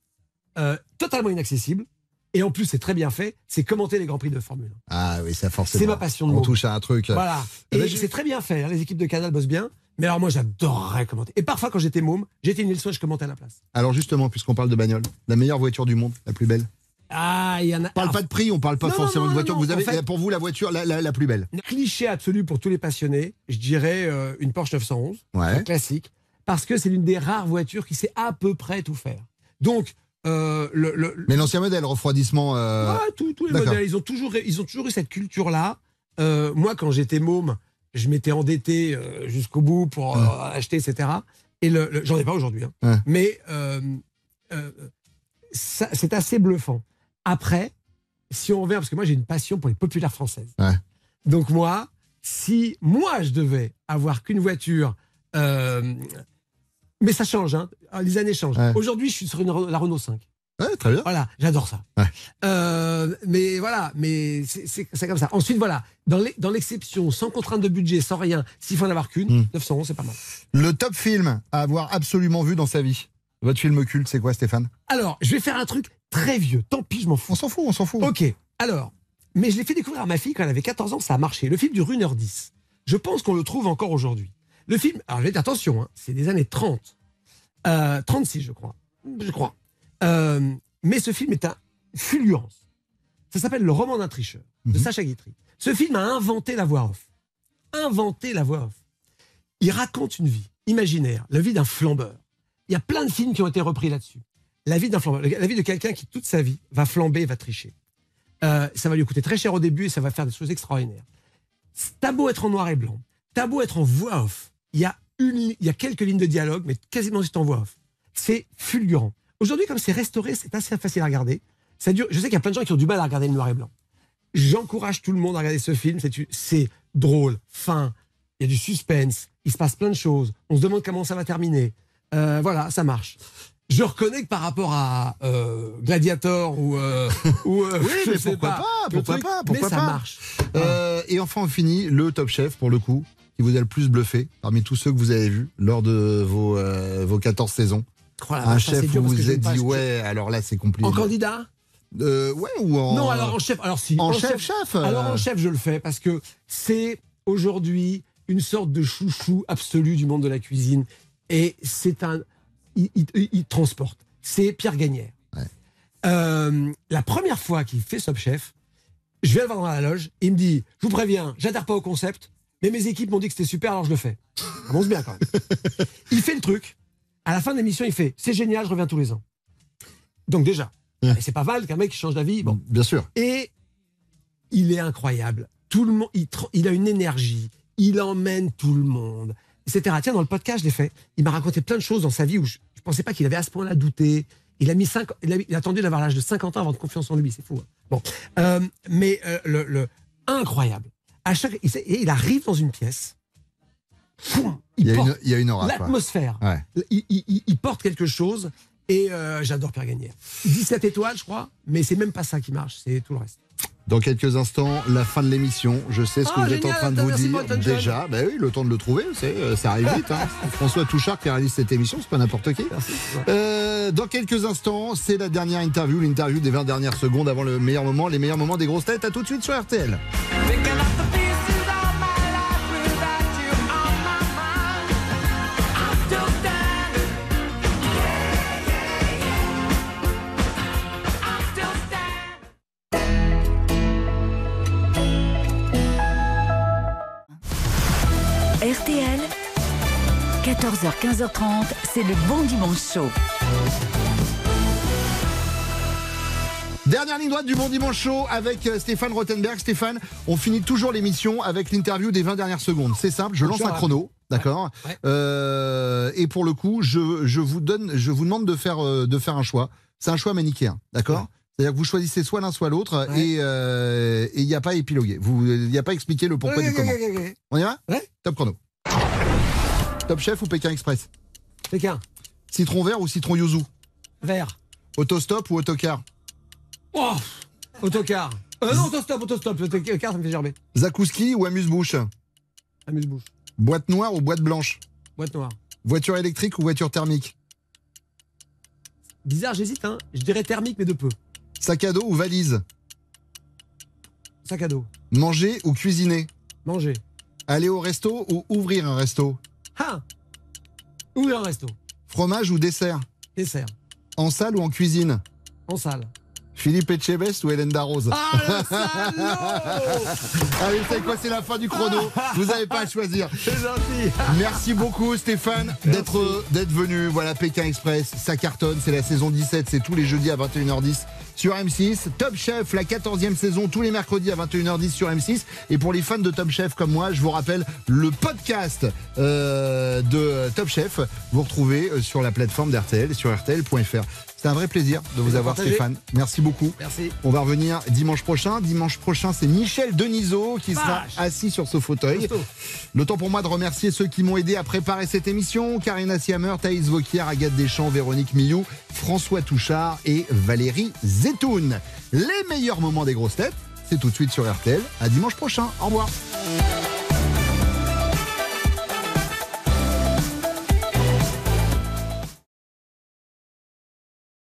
euh, totalement inaccessible. Et en plus, c'est très bien fait, c'est commenter les Grands Prix de Formule un. Ah oui, ça forcément. C'est ma passion de On mots. touche à un truc. Voilà. Eh Et ben, je- c'est très bien fait. Hein. Les équipes de Canal bossent bien. Mais alors moi, j'adorerais commenter. Et parfois, quand j'étais môme, j'étais une Nilsson, je commentais à la place. Alors justement, puisqu'on parle de bagnole, la meilleure voiture du monde, la plus belle. Ah, il y en a. On parle pas de prix, on parle pas Non, forcément non, de non, voiture non, que vous en avez. fait- Pour vous, la voiture la, la, la plus belle. Cliché absolu pour tous les passionnés, je dirais euh, une Porsche neuf cent onze, Ouais. un classique, parce que c'est l'une des rares voitures qui sait à peu près tout faire. Donc, euh, le, le, le- Mais l'ancien modèle, refroidissement. euh, ouais, tous tous les d'accord. modèles, ils ont toujours, ils ont toujours eu cette culture-là. Euh, moi, quand j'étais môme, je m'étais endetté euh, jusqu'au bout pour euh, acheter, et cetera. Et le, le- j'en ai pas aujourd'hui. Hein. Ouais. Mais euh, euh, ça- c'est assez bluffant. Après, si on revient, parce que moi j'ai une passion pour les populaires françaises. Ouais. Donc moi, si moi je devais avoir qu'une voiture, euh, mais ça change, hein, les années changent. Ouais. Aujourd'hui, je suis sur une, Renault- la Renault cinq. Ouais, très bien. Voilà, j'adore ça. Ouais. Euh, mais voilà, mais c'est- c'est c'est comme ça. Ensuite, voilà, dans l'e- dans l'exception, sans contrainte de budget, sans rien, s'il faut en avoir qu'une, Mm. neuf cent onze, c'est pas mal. Le top film à avoir absolument vu dans sa vie. Votre film culte, c'est quoi, Stéphane? Alors, je vais faire un truc très vieux. Tant pis, je m'en fous. On s'en fout, on s'en fout. Ok, alors, mais je l'ai fait découvrir à ma fille quand elle avait quatorze ans, ça a marché. Le film dure une heure dix. Je pense qu'on le trouve encore aujourd'hui. Le film, alors je vais dire attention, hein, c'est des années trente. Euh, trente-six, je crois. Je crois. Euh, mais ce film est un fulgurance. Ça s'appelle Le roman d'un tricheur, de Mhm. Sacha Guitry. Ce film a inventé la voix off. Inventé la voix off. Il raconte une vie imaginaire, la vie d'un flambeur. Il y a plein de films qui ont été repris là-dessus. La vie d'un flambeur, la vie de quelqu'un qui toute sa vie va flamber, va tricher. Euh, ça va lui coûter très cher au début et ça va faire des choses extraordinaires. T'as beau être en noir et blanc, t'as beau être en voix off, il y a une, li- il y a quelques lignes de dialogue, mais quasiment juste en voix off. C'est fulgurant. Aujourd'hui, comme c'est restauré, c'est assez facile à regarder. Ça dure. Je sais qu'il y a plein de gens qui ont du mal à regarder le noir et blanc. J'encourage tout le monde à regarder ce film. C'est, c'est drôle, fin. Il y a du suspense. Il se passe plein de choses. On se demande comment ça va terminer. Euh, voilà, ça marche. Je reconnais que par rapport à euh, Gladiator ou, euh, ou euh, Oui, je mais sais pourquoi pas, le pourquoi truc, pas, pourquoi mais ça pas. marche. Euh, et enfin, on finit le Top Chef, pour le coup, qui vous a le plus bluffé parmi tous ceux que vous avez vus lors de vos, euh, vos quatorze saisons. Oh la Un vache, ça, chef c'est où dur vous parce que vous je êtes n'aime dit, pas- ouais, alors là, c'est compliqué. En candidat Euh, ouais, ou en. Non, alors en chef, alors si. En chef, chef, euh. Alors en chef, je le fais parce que c'est aujourd'hui une sorte de chouchou absolu du monde de la cuisine. Et c'est un. Il, il- il transporte. C'est Pierre Gagnère. Ouais. Euh, la première fois qu'il fait Top Chef, je viens le voir dans la loge et il me dit, je vous préviens, j'adhère pas au concept, mais mes équipes m'ont dit que c'était super, alors je le fais. Ça commence bien quand même. Il fait le truc. À la fin de l'émission, il fait « C'est génial, je reviens tous les ans ». Donc déjà, Ouais. et c'est pas mal qu'un mec change d'avis. Bon. Bien sûr. Et il est incroyable. Tout le monde, il, tr- il a une énergie. Il emmène tout le monde, et cetera. Tiens, dans le podcast, je l'ai fait. Il m'a raconté plein de choses dans sa vie où je ne pensais pas qu'il avait à ce point-là douté. Il a mis cinq, il a, il a attendu d'avoir l'âge de cinquante ans avant de confiance en lui. C'est fou. Hein. Bon, euh, mais euh, le, le incroyable. À chaque, il, et il arrive dans une pièce. Poum, il, Il y a porte une- il y a une aura, quoi. l'atmosphère. Ouais. Il, il- il- il porte quelque chose. Et euh, j'adore Pierre Gagnière. dix-sept étoiles, je crois. Mais c'est même pas ça qui marche. C'est tout le reste. Dans quelques instants, la fin de l'émission. Je sais ce que Ah, vous êtes en génial, train de vous merci dire pour Elton John. déjà. Ben oui, le temps de le trouver, c'est, euh, ça arrive vite. Hein. François Touchard qui réalise cette émission, c'est pas n'importe qui. Euh, dans quelques instants, c'est la dernière interview, l'interview des vingt dernières secondes avant le meilleur moment, les meilleurs moments des grosses têtes. À tout de suite sur R T L. R T L, quatorze heures quinze heures trente, c'est le Bon Dimanche Show. Dernière ligne droite du Bon Dimanche Show avec euh, Stéphane Rothenberg. Stéphane, on finit toujours l'émission avec l'interview des vingt dernières secondes. C'est simple, je lance un chrono. D'accord. Ouais. Euh, et pour le coup, je, je vous donne, je vous demande de faire, euh, de faire un choix. C'est un choix manichéen, d'accord. Ouais. C'est-à-dire que vous choisissez soit l'un soit l'autre, ouais. et euh, il n'y a pas épilogué. Il n'y a pas expliqué le pourquoi ouais, du ouais, comment. ouais, ouais. On y va? Ouais. Top chrono. Top Chef ou Pékin Express? Pékin. Citron vert ou citron yuzu? Vert. Autostop ou autocar? Oh, autocar. Euh, non, autostop, autostop. Autocar, ça me fait gerber. Zakouski ou amuse-bouche? Amuse-bouche. Boîte noire ou boîte blanche? Boîte noire. Voiture électrique ou voiture thermique? Bizarre, j'hésite. Hein. Je dirais thermique, mais de peu. Sac à dos ou valise? Sac à dos. Manger ou cuisiner? Manger. Aller au resto ou ouvrir un resto? Ah, ouvrir un resto. Fromage ou dessert? Dessert. En salle ou en cuisine? En salle. Philippe Etchebest ou Hélène Darroze? Ah, le salaud! Allez, vous savez quoi, c'est la fin du chrono. Vous n'avez pas à choisir. C'est gentil. Merci beaucoup Stéphane d'être d'être venu. Voilà, Pékin Express, ça cartonne. C'est la saison dix-sept, c'est tous les jeudis à vingt et une heures dix sur M six. Top Chef, la quatorzième saison, tous les mercredis à vingt et une heures dix sur M six. Et pour les fans de Top Chef comme moi, je vous rappelle le podcast euh, de Top Chef. Vous retrouvez sur la plateforme d'R T L, sur R T L point F R. C'est un vrai plaisir de vous avoir, partagé. Stéphane. Merci beaucoup. Merci. On va revenir dimanche prochain. Dimanche prochain, c'est Michel Denisot qui sera Vache. assis sur ce fauteuil. Costaud. Le temps pour moi de remercier ceux qui m'ont aidé à préparer cette émission. Karina Siamer, Thaïs Vauquier, Agathe Deschamps, Véronique Millou, François Touchard et Valérie Zetoun. Les meilleurs moments des grosses têtes, c'est tout de suite sur R T L. À dimanche prochain. Au revoir.